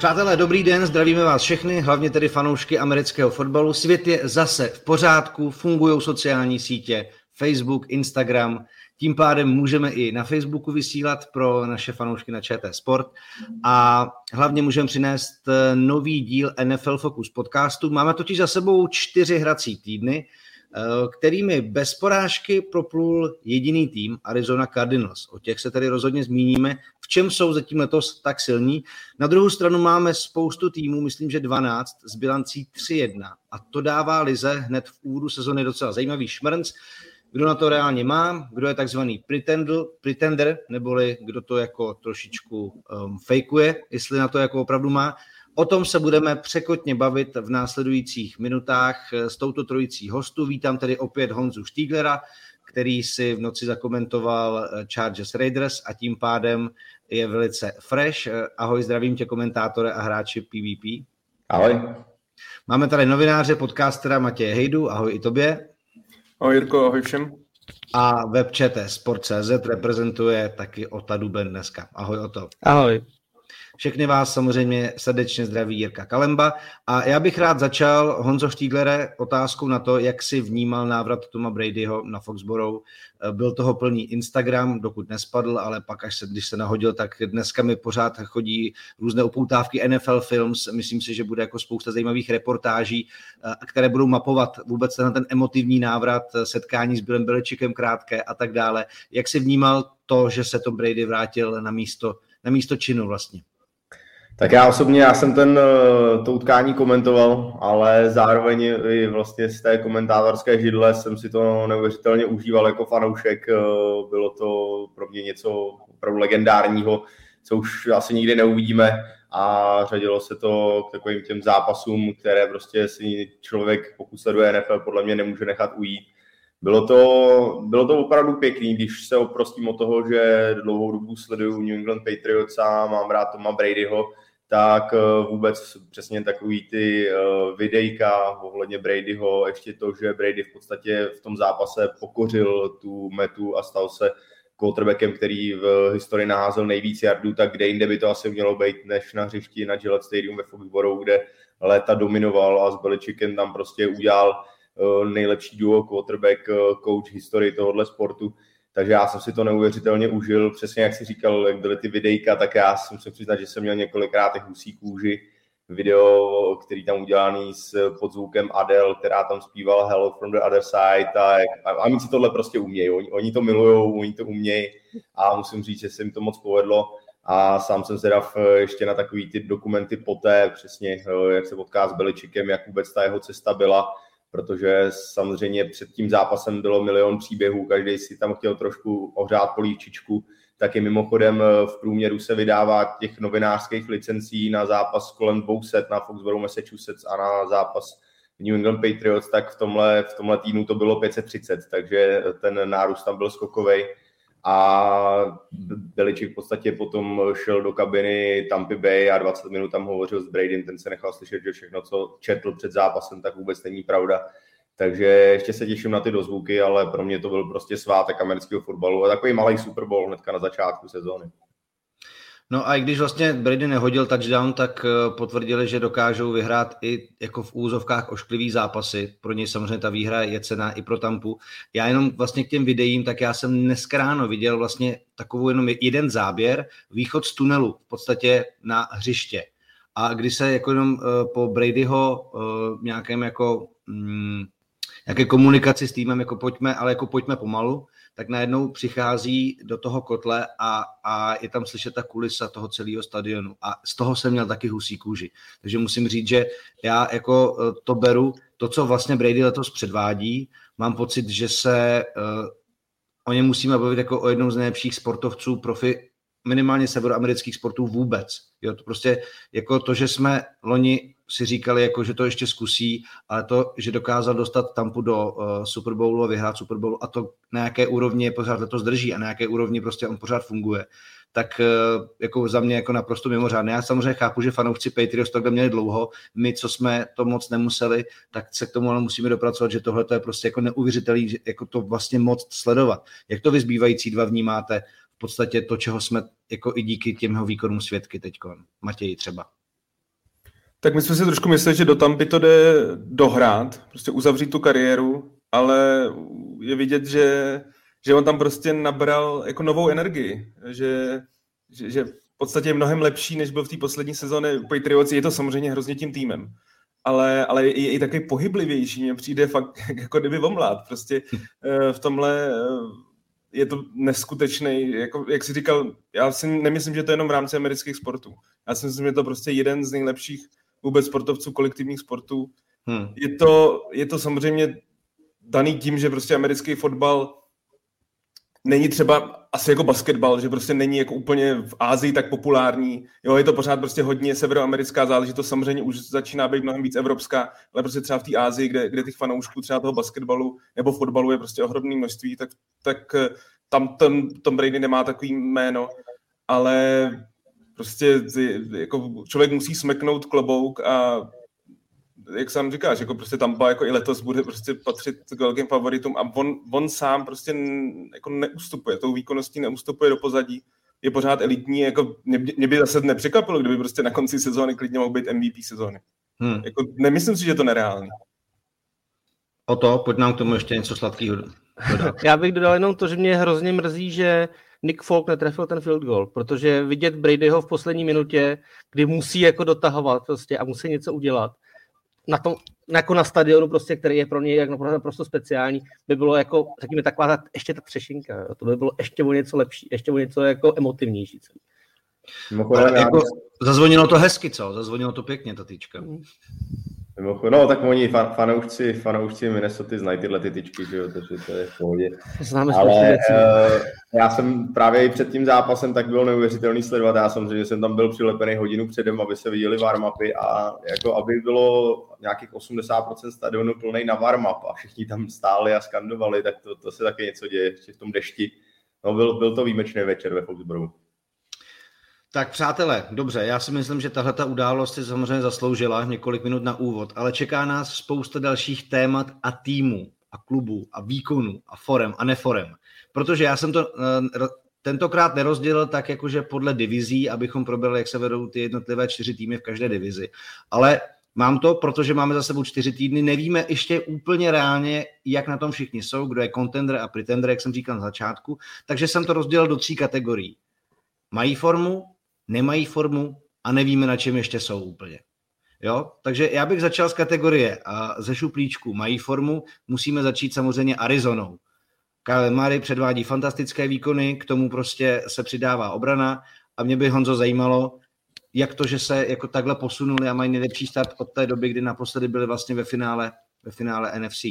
Přátelé, dobrý den, zdravíme vás všechny, hlavně tedy fanoušky amerického fotbalu. Svět je zase v pořádku, fungují sociální sítě, Facebook, Instagram, tím pádem můžeme i na Facebooku vysílat pro naše fanoušky na ČT Sport a hlavně můžeme přinést nový díl NFL Focus podcastu. Máme totiž za sebou 4 hrací týdny, kterými bez porážky proplul jediný tým Arizona Cardinals. O těch se tedy rozhodně zmíníme, v čem jsou zatím letos tak silní. Na druhou stranu máme spoustu týmů, myslím, že 12, s bilancí 3-1. A to dává lize hned v úvodu sezony docela zajímavý šmrnc. Kdo na to reálně má, kdo je takzvaný pretender, neboli kdo to jako trošičku fejkuje, jestli na to jako opravdu má. O tom se budeme překotně bavit v následujících minutách s touto trojicí hostů. Vítám tedy opět Honzu Štýglera, který si v noci zakomentoval Chargers Raiders a tím pádem je velice fresh. Ahoj, zdravím tě, komentátore a hráči PvP. Ahoj. Máme tady novináře, podcastera Matěje Hejdu. Ahoj i tobě. Ahoj Jirko, ahoj všem. A web ČT Sport.cz reprezentuje taky Ota Duben dneska. Ahoj Oto. Ahoj. Všechny vás samozřejmě srdečně zdraví Jirka Kalemba a já bych rád začal, Honzo Štýglere, otázkou na to, jak si vnímal návrat Toma Bradyho na Foxborough. Byl toho plný Instagram, dokud nespadl, ale pak, když se nahodil, tak dneska mi pořád chodí různé upoutávky NFL Films. Myslím si, že bude jako spousta zajímavých reportáží, které budou mapovat vůbec ten emotivní návrat, setkání s Billem Belichickem krátké a tak dále. Jak si vnímal to, že se Tom Brady vrátil na místo činu vlastně? Tak já jsem to utkání komentoval, ale zároveň i vlastně z té komentátorské židle jsem si to neuvěřitelně užíval jako fanoušek. Bylo to pro mě něco opravdu legendárního, co už asi nikdy neuvidíme a řadilo se to k takovým těm zápasům, které prostě si člověk, pokud sleduje NFL, podle mě nemůže nechat ujít. Bylo to opravdu pěkný, když se oprostím od toho, že dlouhou dobu sleduju New England Patriots a mám rád Toma Bradyho, tak vůbec přesně takový ty videjka ohledně Bradyho, ještě to, že Brady v podstatě v tom zápase pokořil tu metu a stal se quarterbackem, který v historii naházel nejvíc yardů, tak kde jinde by to asi mělo být, než na hřišti na Gillette Stadium ve Foxborough, kde léta dominoval a s Belichickem tam prostě udělal nejlepší duo quarterback coach historii tohohle sportu. Takže já jsem si to neuvěřitelně užil. Přesně jak jsi říkal, jak byly ty videjka, tak já jsem se přiznat, že jsem měl několikrát těch husí kůži. Video, který tam udělaný s podzvukem Adele, která tam zpívala Hello from the other side. A oni si tohle prostě umějí. Oni to milujou, oni to umějí. A musím říct, že se jim to moc povedlo. A sám jsem zvědav ještě na takový ty dokumenty poté, přesně jak se potká s Belichickem, jak vůbec ta jeho cesta byla. Protože samozřejmě před tím zápasem bylo milion příběhů, každý si tam chtěl trošku ohřát polívčičku, taky mimochodem v průměru se vydává těch novinářských licencí na zápas kolem 200 na Foxborough, Massachusetts a na zápas New England Patriots, tak v tomhle týdnu to bylo 530, takže ten nárůst tam byl skokovej. A Belichick v podstatě potom šel do kabiny Tampa Bay a 20 minut tam hovořil s Bradym, ten se nechal slyšet, že všechno, co četl před zápasem, tak vůbec není pravda. Takže ještě se těším na ty dozvuky, ale pro mě to byl prostě svátek amerického fotbalu a takový malý Super Bowl hnedka na začátku sezóny. No a i když vlastně Brady nehodil touchdown, tak potvrdili, že dokážou vyhrát i jako v úzovkách ošklivý zápasy. Pro něj samozřejmě ta výhra je cenná i pro Tampu. Já jenom vlastně k těm videím, tak já jsem dneska ráno viděl vlastně takovou jenom jeden záběr, východ z tunelu v podstatě na hřiště. A když se jako jenom po Bradyho nějaké komunikaci s týmem, jako pojďme pomalu, tak najednou přichází do toho kotle a je tam slyšet ta kulisa toho celého stadionu. A z toho jsem měl taky husí kůži. Takže musím říct, že já jako to beru, to, co vlastně Brady letos předvádí, mám pocit, že se o něm musíme bavit jako o jednom z nejlepších sportovců, profi, minimálně severoamerických sportů vůbec. Jo, to prostě jako to, že jsme loni si říkali, jako, že to ještě zkusí, ale to, že dokázal dostat Tampu do Super Bowlu a vyhrát Super Bowlu a to na jaké úrovni je pořád letos drží a na jaké úrovni prostě on pořád funguje, tak jako za mě jako naprosto mimořádné. Já samozřejmě chápu, že fanoušci Patriots takhle měli dlouho, my, co jsme to moc nemuseli, tak se k tomu ale musíme dopracovat, že tohle je prostě jako neuvěřitelné, jako to vlastně moc sledovat. Jak to vy zbývající dva vnímáte v podstatě to, čeho jsme jako i díky těm jeho výkonům svědky teďko? Matěji třeba. Tak my jsme si trošku mysleli, že do Tampy to jde dohrát, prostě uzavřít tu kariéru, ale je vidět, že on tam prostě nabral jako novou energii, že v podstatě je mnohem lepší, než byl v té poslední sezóně Patriots. Je to samozřejmě hrozně tím týmem, ale je i takový pohyblivější, mně přijde fakt jako kdyby omlad. Prostě v tomhle je to neskutečný, jako, jak jsi říkal, já si nemyslím, že to je jenom v rámci amerických sportů. Já si myslím, že je to prostě jeden z nejlepších vůbec sportovců kolektivních sportů. Je to samozřejmě daný tím, že prostě americký fotbal není třeba asi jako basketbal, že prostě není jako úplně v Asii tak populární. Jo, je to pořád prostě hodně severoamerická záležitost, samozřejmě už začíná být mnohem víc evropská, ale prostě třeba v té Asii, kde těch fanoušků třeba toho basketbalu nebo fotbalu je prostě ohromné množství, tak tam Tom Brady nemá takový jméno, ale prostě jako člověk musí smeknout klobouk a jak sám říkáš, jako prostě Tampa jako i letos bude prostě patřit k velkým favoritům a on sám prostě jako neustupuje, tou výkonností neustupuje do pozadí, je pořád elitní, jako mě by zase nepřekvapilo, kdyby prostě na konci sezóny klidně mohl být MVP sezóny. Jako nemyslím si, že je to nereálný. Pojď nám k tomu ještě něco sladkého dodat. Já bych dodal jenom to, že mě hrozně mrzí, že Nick Folk netrefil ten field goal, protože vidět Bradyho v poslední minutě, kdy musí jako dotahovat prostě a musí něco udělat, jako na stadionu, prostě, který je pro něj jako naprosto speciální, by bylo jako, řekněme, taková ještě ta třešinka. Jo. To by bylo ještě o něco lepší, ještě o něco jako emotivnější. Ale jako, zazvonilo to hezky, co? Zazvonilo to pěkně, ta tyčka. No, tak oni fanoušci Minnesota znají tyhle ty tyčky, že jo, takže to je v pohodě. Ale já jsem právě i před tím zápasem tak byl neuvěřitelný sledovat. Já samozřejmě jsem tam byl přilepený hodinu předem, aby se viděli warm-upy a jako aby bylo nějakých 80% stadionu plnej na warm-up a všichni tam stáli a skandovali, tak to se taky něco děje v tom dešti. No, byl to výjimečný večer ve Foxboroughu. Tak přátelé, dobře, já si myslím, že tahleta událost si samozřejmě zasloužila několik minut na úvod, ale čeká nás spousta dalších témat a týmů a klubů a výkonů a forem a neforem. Protože já jsem to tentokrát nerozdělil tak jakože podle divizí, abychom probrali, jak se vedou ty jednotlivé 4 týmy v každé divizi. Ale mám to, protože máme za sebou 4 týdny, nevíme ještě úplně reálně, jak na tom všichni jsou, kdo je contender a pretender, jak jsem říkal na začátku, takže jsem to rozdělil do 3 kategorií. Mají formu, nemají formu a nevíme, na čem ještě jsou úplně. Jo? Takže já bych začal z kategorie a ze šuplíčku mají formu, musíme začít samozřejmě Arizonou. Kyler Murray předvádí fantastické výkony, k tomu prostě se přidává obrana a mě by, Honzo, zajímalo, jak to, že se jako takhle posunuli a mají nejlepší start od té doby, kdy naposledy byli vlastně ve finále NFC.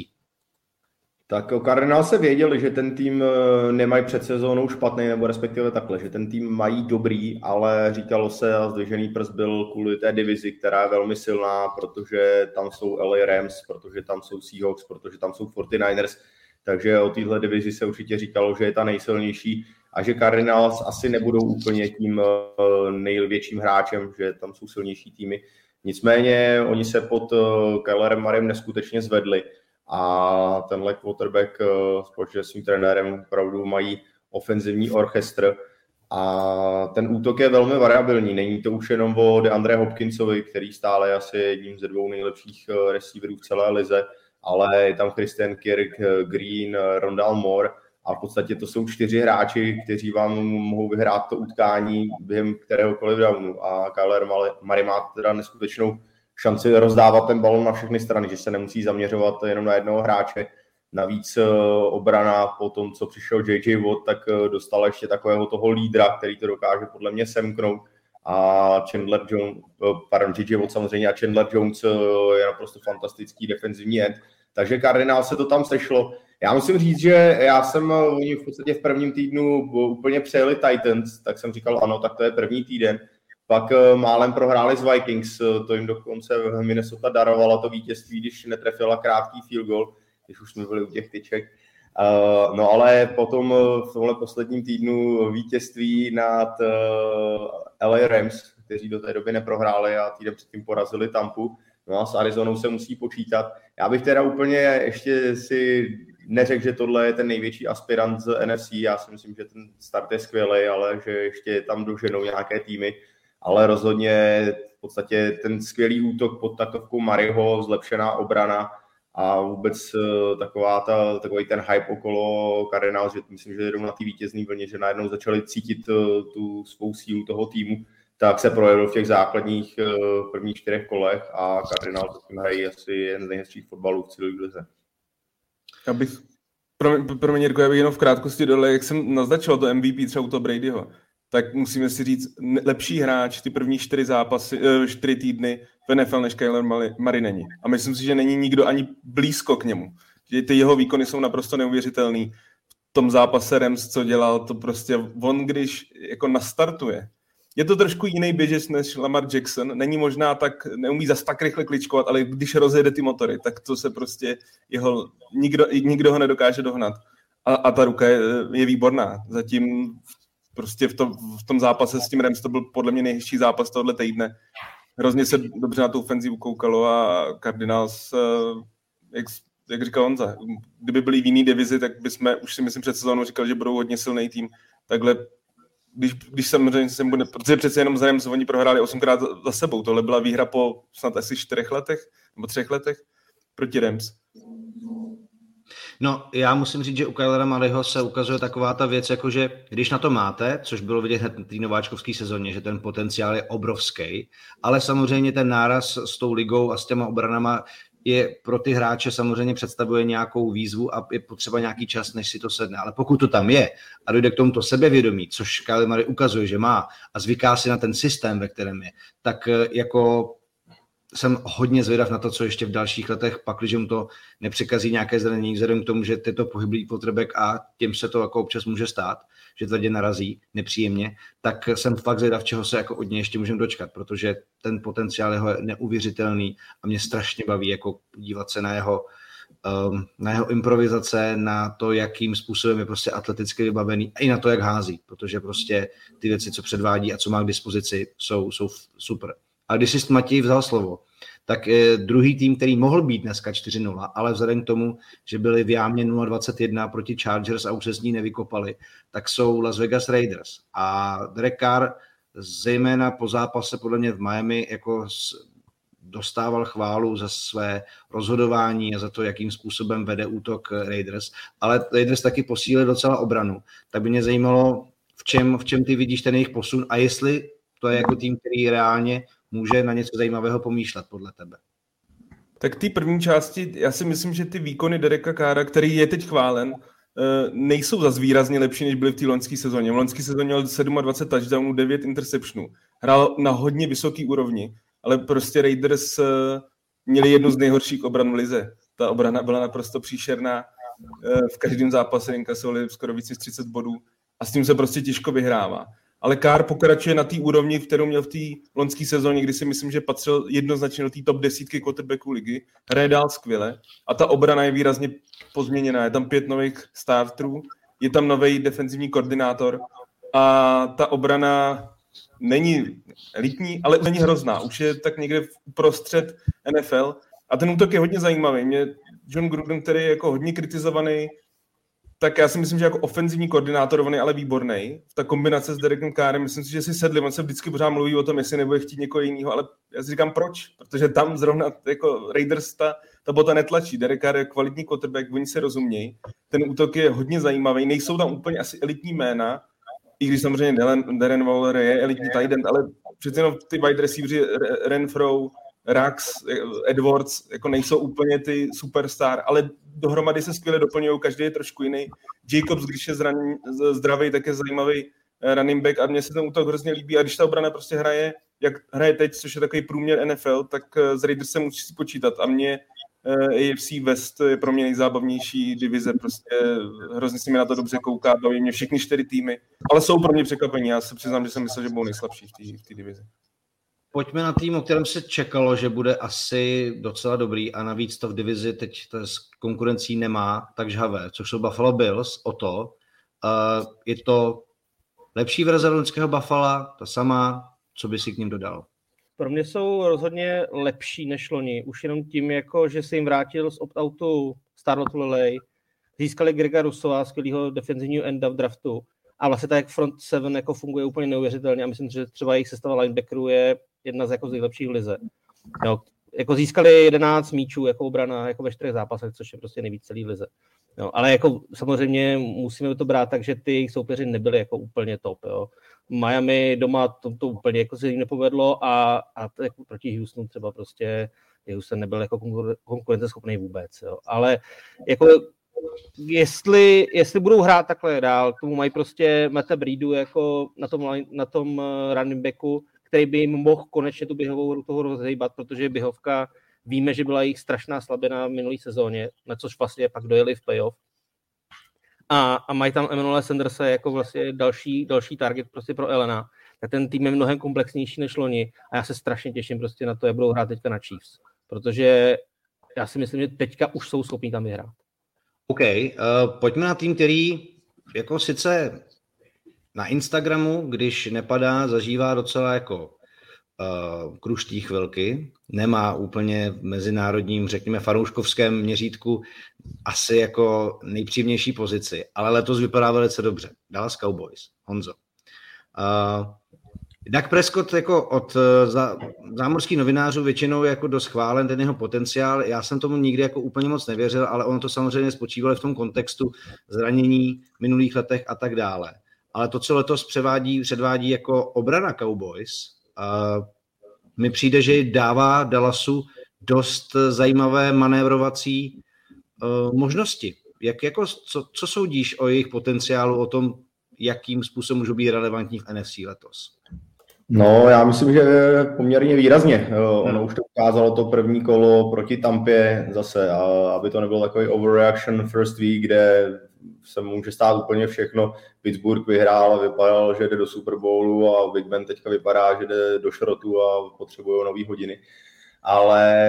Tak o Cardinals se věděli, že ten tým nemají před sezónou špatný, nebo respektive takhle, že ten tým mají dobrý, ale říkalo se a zdvižený prst byl kvůli té divizi, která je velmi silná, protože tam jsou LA Rams, protože tam jsou Seahawks, protože tam jsou 49ers, takže o téhle divizi se určitě říkalo, že je ta nejsilnější a že Cardinals asi nebudou úplně tím největším hráčem, že tam jsou silnější týmy. Nicméně oni se pod Kylerem Murrayem neskutečně zvedli. A tenhle quarterback společně s svým trenérem opravdu mají ofenzivní orchestr a ten útok je velmi variabilní. Není to už jenom o DeAndre Hopkinsovi, který stále je asi jedním ze 2 nejlepších receiverů v celé lize, ale je tam Christian Kirk, Green, Rondale Moore a v podstatě to jsou 4 hráči, kteří vám mohou vyhrát to utkání během kteréhokoliv downu a Kyler Murray má teda neskutečnou šanci rozdávat ten balon na všechny strany, že se nemusí zaměřovat jenom na jednoho hráče. Navíc obrana po tom, co přišel J.J. Watt, tak dostala ještě takového toho lídra, který to dokáže podle mě semknout. A J.J. Watt samozřejmě a Chandler Jones je naprosto fantastický defenzivní end. Takže Cardinals se to tam sešlo. Já musím říct, že oni v podstatě v prvním týdnu úplně přejeli Titans, tak jsem říkal ano, tak to je první týden. Pak málem prohráli s Vikings, to jim dokonce Minnesota darovala to vítězství, když netrefila krátký field goal, když už jsme byli u těch tyček. No ale potom v tomhle posledním týdnu vítězství nad LA Rams, kteří do té doby neprohráli a týden předtím porazili Tampu. No a s Arizonou se musí počítat. Já bych teda úplně ještě si neřekl, že tohle je ten největší aspirant z NFC. Já si myslím, že ten start je skvělý, ale že ještě tam doženou nějaké týmy. Ale rozhodně v podstatě ten skvělý útok pod taktovkou Mariho, zlepšená obrana a vůbec takový ten hype okolo Cardinals, že myslím, že jdou na té vítězné vlně, že najednou začali cítit tu svou sílu toho týmu, tak se projevil v těch základních prvních 4 kolech a Cardinals hrají asi jeden z nejhezčích fotbalů v celé lize. Pro mě, Jirko, já bych jenom v krátkosti dole, jak jsem naznačil to MVP třeba u toho Bradyho, tak musíme si říct, lepší hráč ty první 4 týdny v NFL než Kyler Murray není. A myslím si, že není nikdo ani blízko k němu. Že ty jeho výkony jsou naprosto neuvěřitelný. V tom zápase Rams, co dělal, to prostě on, když jako nastartuje. Je to trošku jiný běžec než Lamar Jackson. Není možná tak, neumí zas tak rychle kličkovat, ale když rozjede ty motory, tak to se prostě nikdo ho nedokáže dohnat. A ta ruka je výborná. Zatím prostě v tom zápase s tím Rams to byl podle mě nejhezčí zápas tohoto týdne. Hrozně se dobře na tu ofenzivu koukalo a Cardinals, jak říkal Honza, kdyby byli v jiný divizi, tak bychom už si myslím před sezónou říkali, že budou hodně silný tým. Takhle, když samozřejmě se bude, protože přece jenom za Rams oni prohráli 8krát za sebou. Tohle byla výhra po snad asi 4 letech nebo 3 letech proti Rams. No, já musím říct, že u Kylera Murrayho se ukazuje taková ta věc, jakože když na to máte, což bylo vidět hned v té nováčkovské sezóně, že ten potenciál je obrovský, ale samozřejmě ten náraz s tou ligou a s těma obranama je pro ty hráče samozřejmě představuje nějakou výzvu a je potřeba nějaký čas, než si to sedne. Ale pokud to tam je a dojde k tomuto sebevědomí, což Kyler Murray ukazuje, že má a zvyká si na ten systém, ve kterém je, tak jako jsem hodně zvědav na to, co ještě v dalších letech, pakliže mu to nepřekazí nějaké zranění, vzhledem k tomu, že je to pohyblý quarterback a tím se to jako občas může stát, že tvrdě narazí nepříjemně, tak jsem fakt zvědav, čeho se jako od něj ještě můžeme dočkat, protože ten potenciál jeho je neuvěřitelný a mě strašně baví jako dívat se na jeho improvizace, na to, jakým způsobem je prostě atleticky vybavený a i na to, jak hází, protože prostě ty věci, co předvádí a co má k dispozici, jsou super. A když si Matěj vzal slovo, tak druhý tým, který mohl být dneska 4-0, ale vzhledem k tomu, že byli v jámě 0-21 proti Chargers a už se s ní nevykopali, tak jsou Las Vegas Raiders. A Derek Carr zejména po zápase podle mě v Miami jako dostával chválu za své rozhodování a za to, jakým způsobem vede útok Raiders. Ale Raiders taky posílili docela obranu. Tak by mě zajímalo, v čem ty vidíš ten jejich posun a jestli to je jako tým, který reálně může na něco zajímavého pomýšlet podle tebe. Tak ty první části, já si myslím, že ty výkony Dereka Carra, který je teď chválen, nejsou zas výrazně lepší, než byly v té loňské sezóně. V loňské sezóně měl 27 touchdownů, 9 interceptionů. Hrál na hodně vysoký úrovni, ale prostě Raiders měli jednu z nejhorších obran v lize. Ta obrana byla naprosto příšerná. V každém zápase inkasovali skoro víc než 30 bodů a s tím se prostě těžko vyhrává. Ale Carr pokračuje na té úrovni, kterou měl v té loňské sezóně, kdy si myslím, že patřil jednoznačně do té top 10 quarterbacků ligy. Hraje dál skvěle a ta obrana je výrazně pozměněná. Je tam 5 nových starterů, je tam nový defenzivní koordinátor a ta obrana není elitní, ale není hrozná. Už je tak někde uprostřed NFL a ten útok je hodně zajímavý. Mě John Gruden, který je jako hodně kritizovaný, tak já si myslím, že jako ofenzivní koordinátor on je ale výborný. Ta kombinace s Derekem Carrem, myslím si, že si sedli, on se vždycky pořád mluví o tom, jestli nebude chtít někoho jiného, ale já si říkám proč, protože tam zrovna jako Raiders ta bota netlačí. Derek Carr je kvalitní quarterback, oni se rozumějí. Ten útok je hodně zajímavý, nejsou tam úplně asi elitní jména, i když samozřejmě Darren Waller je elitní tight end, ale přece jenom ty wide receiveri Renfro, Rax, Edwards jako nejsou úplně ty superstar, ale dohromady se skvěle doplňují, každý je trošku jiný. Jacobs, když je zdravý, tak je zajímavý running back a mně se ten útok hrozně líbí a když ta obrana prostě hraje, jak hraje teď, což je takový průměr NFL, tak z Raiders se musí počítat a mě AFC West je pro mě nejzábavnější divize, prostě hrozně se mi na to dobře kouká, baví mě všechny 4 týmy, ale jsou pro mě překvapení, já se přiznám, že jsem myslel, že budou nejslabší v té divizi. Pojďme na tým, o kterém se čekalo, že bude asi docela dobrý a navíc to v divizi teď to s konkurencí nemá tak žhavé, což jsou Buffalo Bills, je to lepší verze loňského Buffala, ta sama, co by si k ním dodal? Pro mě jsou rozhodně lepší než loni, už jenom tím, jako, že se jim vrátil z opt-outu Starlot Lilley, získali Grega Russova, skvělého defenzivního enda v draftu a vlastně tak front seven jako funguje úplně neuvěřitelně a myslím, že třeba jejich sestava linebackerů je jedna z jako z nejlepších v lize. Jo, jako získali 11 míčů jako obrana jako ve 4 zápasech, což je prostě nejvíc celý lize. Jo, ale jako samozřejmě musíme to brát tak, že ty jejich soupeři nebyli jako úplně top. Jo. Miami doma to úplně jako se jim nepovedlo a jako proti Houstonu třeba prostě Houston nebyl jako konkurenceschopný vůbec. Jo. Ale jako jestli budou hrát takhle dál, tomu mají prostě Matta Breedu jako na tom running backu, který by jim mohl konečně tu běhovou hru toho rozhejbat, protože běhovka víme, že byla jejich strašná slabina v minulý sezóně, na což vlastně pak dojeli v playoff. A mají tam Emmanuela Sandersa jako vlastně další target prostě pro Elena. Tak ten tým je mnohem komplexnější než loni a já se strašně těším prostě na to, jak budou hrát teďka na Chiefs. Protože já si myslím, že teďka už jsou schopní tam vyhrát. OK, pojďme na tým, který jako sice na Instagramu, když nepadá, zažívá docela jako kruští chvilky, nemá úplně v mezinárodním, řekněme, fanouškovském měřítku asi jako nejpříjemnější pozici, ale letos vypadá velice dobře. Dallas Cowboys, Honzo. Dak Prescott jako od zámořských novinářů většinou jako dost chválen ten jeho potenciál. Já jsem tomu nikdy jako úplně moc nevěřil, ale ono to samozřejmě spočívalo v tom kontextu zranění v minulých letech a tak dále. Ale to, co letos předvádí jako obrana Cowboys, mi přijde, že dává Dallasu dost zajímavé manévrovací možnosti. Co soudíš o jejich potenciálu, o tom, jakým způsobem můžou být relevantní v NFC letos? No, já myslím, že poměrně výrazně. Ono už to ukázalo to první kolo proti Tampě zase, aby to nebyl takový overreaction first week, kde se může stát úplně všechno. Pittsburgh vyhrál a vypadal, že jde do Super Bowlu a Big Ben teďka vypadá, že jde do šrotu a potřebují nový hodiny. Ale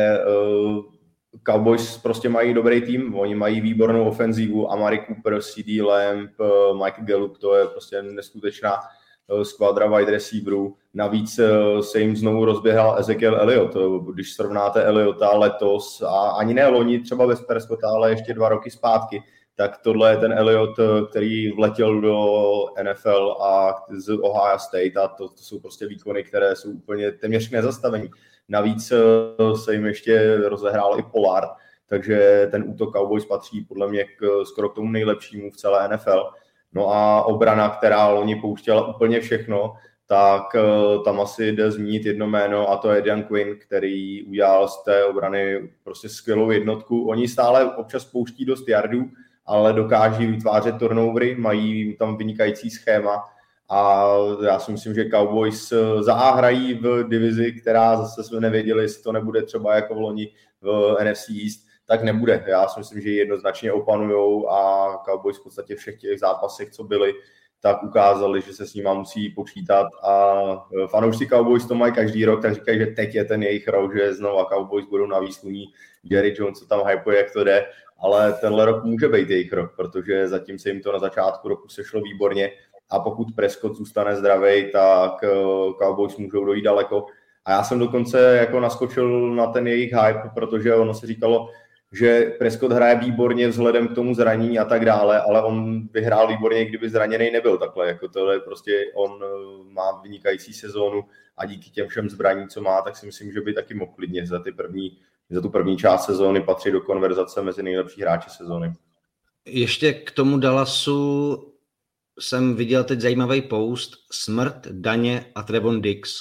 Cowboys prostě mají dobrý tým, oni mají výbornou ofenzivu, Amari Cooper, CD Lamb, Mike Gallup, to je prostě neskutečná skvadra wide receiverů. Navíc se jim znovu rozběhal Ezekiel Elliott. Když srovnáte Elliotta letos a ani ne loni, třeba bez Prescotta, ale ještě 2 roky zpátky, tak tohle je ten Elliott, který vletěl do NFL a z Ohio State a to jsou prostě výkony, které jsou úplně téměř nezastavení. Navíc se jim ještě rozehrál i Pollard, takže ten útok Cowboys patří podle mě skoro k tomu nejlepšímu v celé NFL. No a obrana, která loni pouštěla úplně všechno, tak tam asi jde zmínit jedno jméno a to je Dan Quinn, který udělal z té obrany prostě skvělou jednotku. Oni stále občas pouští dost yardů, ale dokáží vytvářet turnovery, mají tam vynikající schéma a já si myslím, že Cowboys hrají v divizi, která zase jsme nevěděli, jestli to nebude třeba jako v loni v NFC East, tak nebude. Já si myslím, že ji jednoznačně opanujou a Cowboys v podstatě všech těch zápasech, co byly, tak ukázali, že se s nima musí počítat a fanoušci Cowboys to mají každý rok, tak říkají, že teď je ten jejich rok, že znova Cowboys budou na výsluní. Jerry Jones to tam hypuje, jak to jde, ale tenhle rok může být jejich rok, protože zatím se jim to na začátku roku sešlo výborně a pokud Prescott zůstane zdravý, tak Cowboys můžou dojít daleko. A já jsem dokonce jako naskočil na ten jejich hype, protože ono se říkalo, že Prescott hraje výborně vzhledem k tomu zranění a tak dále, ale on vyhrál výborně, kdyby zraněný nebyl takhle. Jako tohle prostě on má vynikající sezónu a díky těm všem zbraní, co má, tak si myslím, že by taky mohl klidně za tu první část sezóny patřit do konverzace mezi nejlepší hráči sezóny. Ještě k tomu Dallasu jsem viděl teď zajímavý post. Smrt, daně a Trevon Diggs.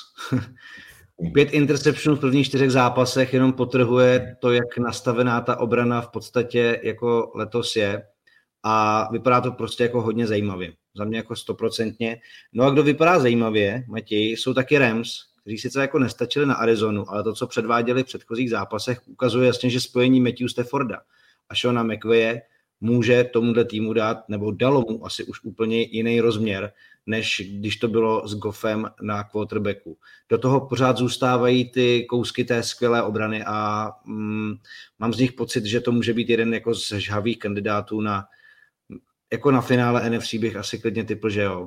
5 interceptionů v prvních 4 zápasech jenom potrhuje to, jak nastavená ta obrana v podstatě jako letos je a vypadá to prostě jako hodně zajímavě. Za mě jako 100%. No a kdo vypadá zajímavě, Matěj, jsou taky Rams, kteří sice jako nestačili na Arizonu, ale to, co předváděli v předchozích zápasech, ukazuje jasně, že spojení Matthew Stafforda a Seana McVaye může tomuhle týmu dát, nebo dalo mu asi už úplně jiný rozměr, než když to bylo s Goffem na quarterbacku. Do toho pořád zůstávají ty kousky té skvělé obrany a mám z nich pocit, že to může být jeden jako z žhavých kandidátů jako na finále NFC bych asi klidně typl, že jo.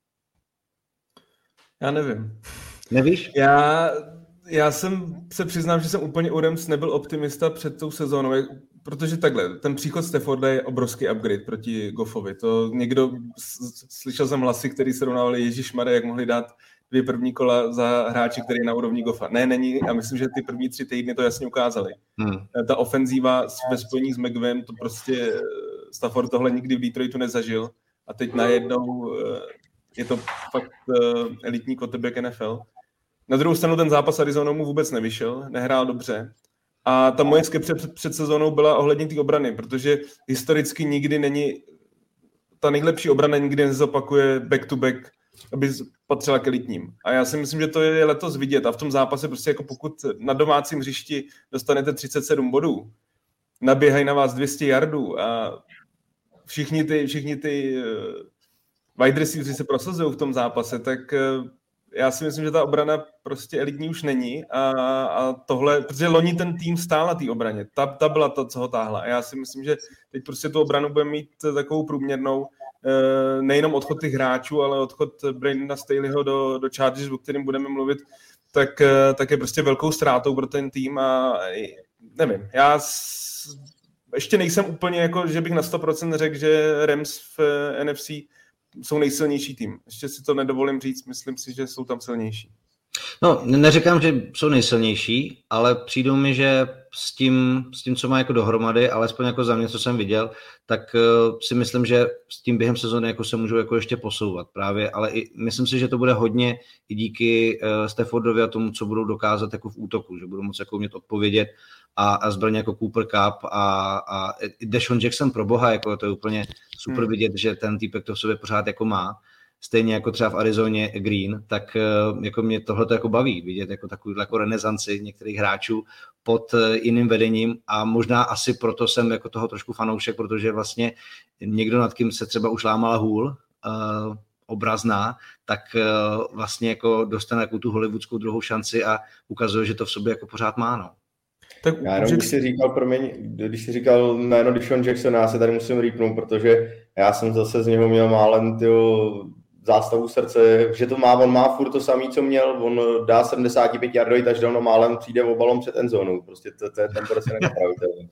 Já nevím. Nevíš? Já se přiznám, že jsem úplně u Rams nebyl optimista před tou sezónou, protože takhle, ten příchod Stafforda je obrovský upgrade proti Goffovi. To někdo, slyšel jsem hlasy, který se rovnávali ježišmarja, jak mohli dát 2 první kola za hráče, který je na úrovni Goffa. Ne, není, a myslím, že ty první 3 týdny to jasně ukázali. Ta ofenzíva ve spojení s McVem, to prostě Stafford tohle nikdy v Detroitu nezažil a teď najednou je to fakt elitní quarterback NFL. Na druhou stranu ten zápas Arizonou mu vůbec nevyšel, nehrál dobře. A ta moje skepse před sezónou byla ohledně té obrany, protože historicky nikdy není, ta nejlepší obrana nikdy nezopakuje back-to-back, aby patřila k elitním. A já si myslím, že to je letos vidět. A v tom zápase prostě jako pokud na domácím hřišti dostanete 37 bodů, naběhají na vás 200 yardů a všichni ty wide receivers se prosazují v tom zápase, tak já si myslím, že ta obrana prostě elitní už není a tohle, protože loni ten tým stál na té obraně, ta byla to, co ho táhla a já si myslím, že teď prostě tu obranu bude mít takovou průměrnou, nejenom odchod těch hráčů, ale odchod Brandona Staleyho do Chargers, o kterém budeme mluvit, tak je prostě velkou ztrátou pro ten tým a nevím, já ještě nejsem úplně jako, že bych na 100% řekl, že Rams v NFC jsou nejsilnější tým. Ještě si to nedovolím říct, myslím si, že jsou tam silnější. No, neříkám, že jsou nejsilnější, ale přijdou mi, že s tím, co má jako dohromady, alespoň jako za mě, co jsem viděl, tak si myslím, že s tím během sezóny jako se můžou jako ještě posouvat právě, ale i myslím si, že to bude hodně i díky Staffordovi a tomu, co budou dokázat jako v útoku, že budou moct jako umět odpovědět a zbraně jako Cooper Cup a Deshaun Jackson pro boha, jako to je úplně super vidět, že ten týpek to v sobě pořád jako má. Stejně jako třeba v Arizoně Green, tak jako mě tohle jako baví vidět jako takovou jako renesanci některých hráčů pod jiným vedením a možná asi proto jsem jako toho trošku fanoušek, protože vlastně někdo, nad kým se třeba už lámala hůl obrazná, tak vlastně jako dostane jako tu hollywoodskou druhou šanci a ukazuje, že to v sobě jako pořád má, no. Tak já jenom, když jsi říkal jméno Deshaun Jackson, já se tady musím rýpnout, protože já jsem zase z něho měl málem zástavu srdce, že to má, on má furt to samý, co měl, on dá 75 yardový touchdown a málem přijde o balon před endzónou, prostě to je ten prostě nenapravitelný.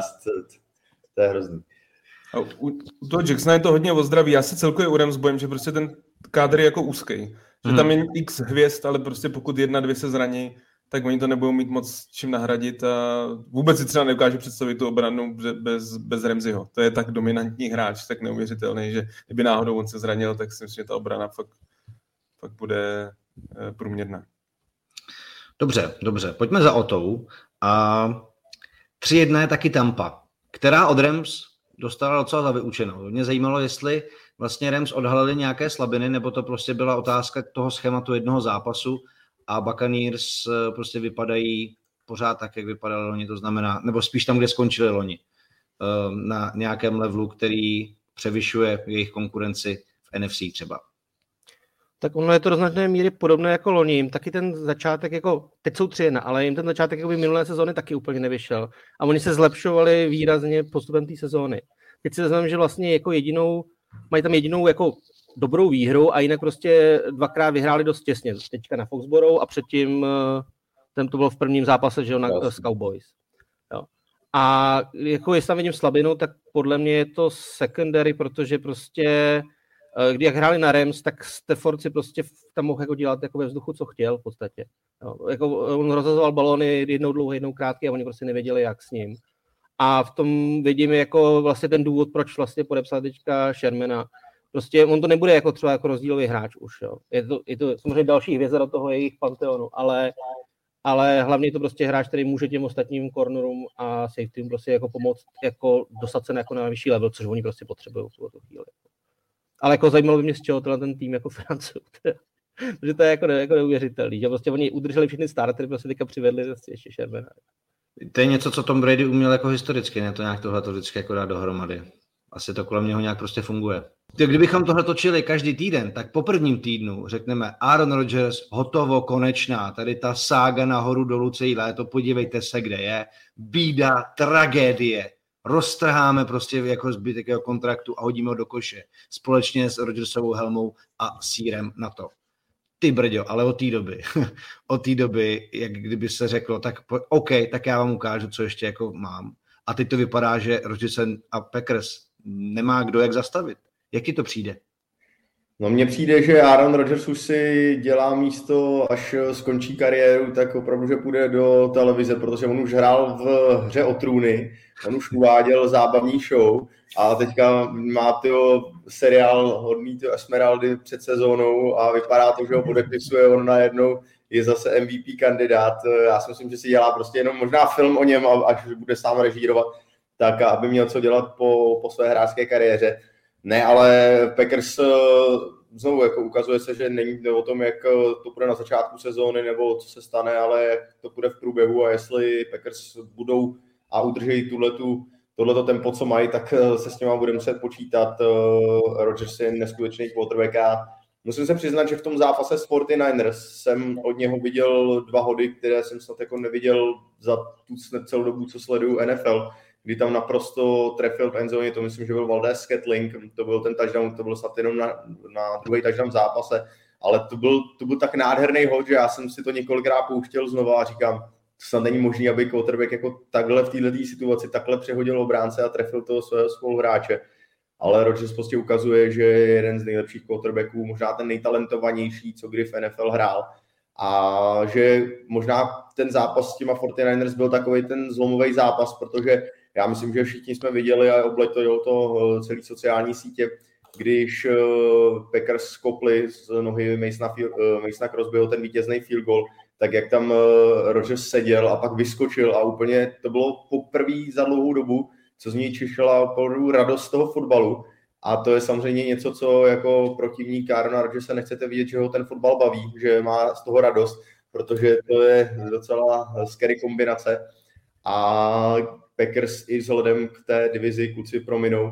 To je hrozný. A u toho Jacksona je to hodně o zdraví, já se celkově u Rams bojím, že prostě ten kádr je jako úzkej, že tam je x hvězd, ale prostě pokud 1-2 se zraní, tak oni to nebudou mít moc čím nahradit a vůbec si třeba nedokážu představit tu obranu bez Ramseyho. To je tak dominantní hráč, tak neuvěřitelný, že kdyby náhodou on se zranil, tak si myslím, že ta obrana fakt bude průměrná. Dobře. Pojďme za Otou. A 3-1 je taky Tampa, která od Rams dostala docela za vyučenou. Mě zajímalo, jestli vlastně Rams odhalili nějaké slabiny, nebo to prostě byla otázka toho schématu jednoho zápasu, a Buccaneers prostě vypadají pořád tak, jak vypadali loni, to znamená, nebo spíš tam, kde skončili loni, na nějakém levelu, který převyšuje jejich konkurenci v NFC třeba. Tak ono je to do značné míry podobné jako loni, jim taky ten začátek, jako teď jsou 3-1, ale jim ten začátek jako by minulé sezóny taky úplně nevyšel. A oni se zlepšovali výrazně postupem té sezóny. Teď si znamená, že vlastně jako mají tam jedinou jako dobrou výhru a jinak prostě 2krát vyhráli dost těsně. Teďka na Foxborough a předtím ten to bylo v prvním zápase, že s Cowboys. Jo. A jako jestli tam vidím slabinu, tak podle mě je to secondary, protože prostě jak hráli na Rams, tak Stafford si prostě tam mohl jako dělat jako ve vzduchu, co chtěl v podstatě. Jo. Jako on rozhazoval balóny jednou dlouhé, jednou krátké a oni prostě nevěděli, jak s ním. A v tom vidíme jako vlastně ten důvod, proč vlastně podepsal teďka Shermana. Prostě on to nebude jako třeba jako rozdílový hráč už, jo. Je to samozřejmě další hvězda do toho jejich panteonu, ale hlavně je to prostě hráč, který může těm ostatním cornerům a safetym prostě jako pomoct jako dostat se jako na vyšší level, což oni prostě potřebují v tuto chvíli. Ale jako zajímalo by mě, z čeho ten tým jako financuje. Protože to je jako neuvěřitelný, že prostě oni udrželi všechny startery, prostě teďka přivedli ještě Shermana. To je něco, co Tom Brady uměl jako historicky, ne to nějak tohle to vždycky jako dát dohromady. Asi to kolem něho nějak prostě funguje. Kdybychom tohle točili každý týden, tak po prvním týdnu řekneme Aaron Rodgers, hotovo, konečná, tady ta sága nahoru dolů celý léto, podívejte se, kde je, bída, tragédie, roztrháme prostě jako zbytek jeho kontraktu a hodíme ho do koše, společně s Rodgersovou helmou a sírem na to. Ty brďo, ale od té doby, jak kdyby se řeklo, tak OK, tak já vám ukážu, co ještě jako mám. A teď to vypadá, že Rodgers a Packers nemá kdo jak zastavit. Jak ti to přijde? No mně přijde, že Aaron Rodgers už si dělá místo, až skončí kariéru, tak opravdu, že půjde do televize, protože on už hrál v Hře o trůny, on už uváděl zábavní show a teďka má seriál hodný Esmeraldy před sezónou a vypadá to, že ho podepisuje, on najednou je zase MVP kandidát. Já si myslím, že si dělá prostě jenom možná film o něm, až bude sám režírovat, tak aby měl co dělat po své hráčské kariéře. Ne, ale Packers znovu jako ukazuje se, že není o tom, jak to bude na začátku sezóny nebo co se stane, ale jak to bude v průběhu a jestli Packers budou a udržejí tohleto tempo, co mají, tak se s něma bude muset počítat. Rodgers je neskutečný quarterback a musím se přiznat, že v tom zápase s 49ers jsem od něho viděl 2 hody, které jsem snad jako neviděl za tu celou dobu, co sleduju NFL, kdy tam naprosto trefil v endzóně, to myslím, že byl Valdez Scantling, to byl ten touchdown, to byl snad jenom na druhý touchdown v zápase, ale to byl tak nádherný hod, že já jsem si to několikrát pouštěl znova a říkám, to snad není možné, aby quarterback jako takhle v této situaci takhle přehodil obránce a trefil toho svého spoluhráče. Ale Rodgers prostě ukazuje, že je jeden z nejlepších quarterbacků, možná ten nejtalentovanější, co kdy v NFL hrál. A že možná ten zápas s těma 49ers byl takový ten zlomový zápas, protože já myslím, že všichni jsme viděli a obletilo to celý sociální sítě, když Packers skopli z nohy Masona Crosbyho ten vítězný field goal, tak jak tam Rodgers seděl a pak vyskočil a úplně to bylo poprvé za dlouhou dobu, co z něj čišela opravdu radost toho fotbalu. A to je samozřejmě něco, co jako protivník Aarona Rodgersa nechcete vidět, že ho ten fotbal baví, že má z toho radost, protože to je docela scary kombinace. A Packers i vzhledem k té divizi kluci prominou,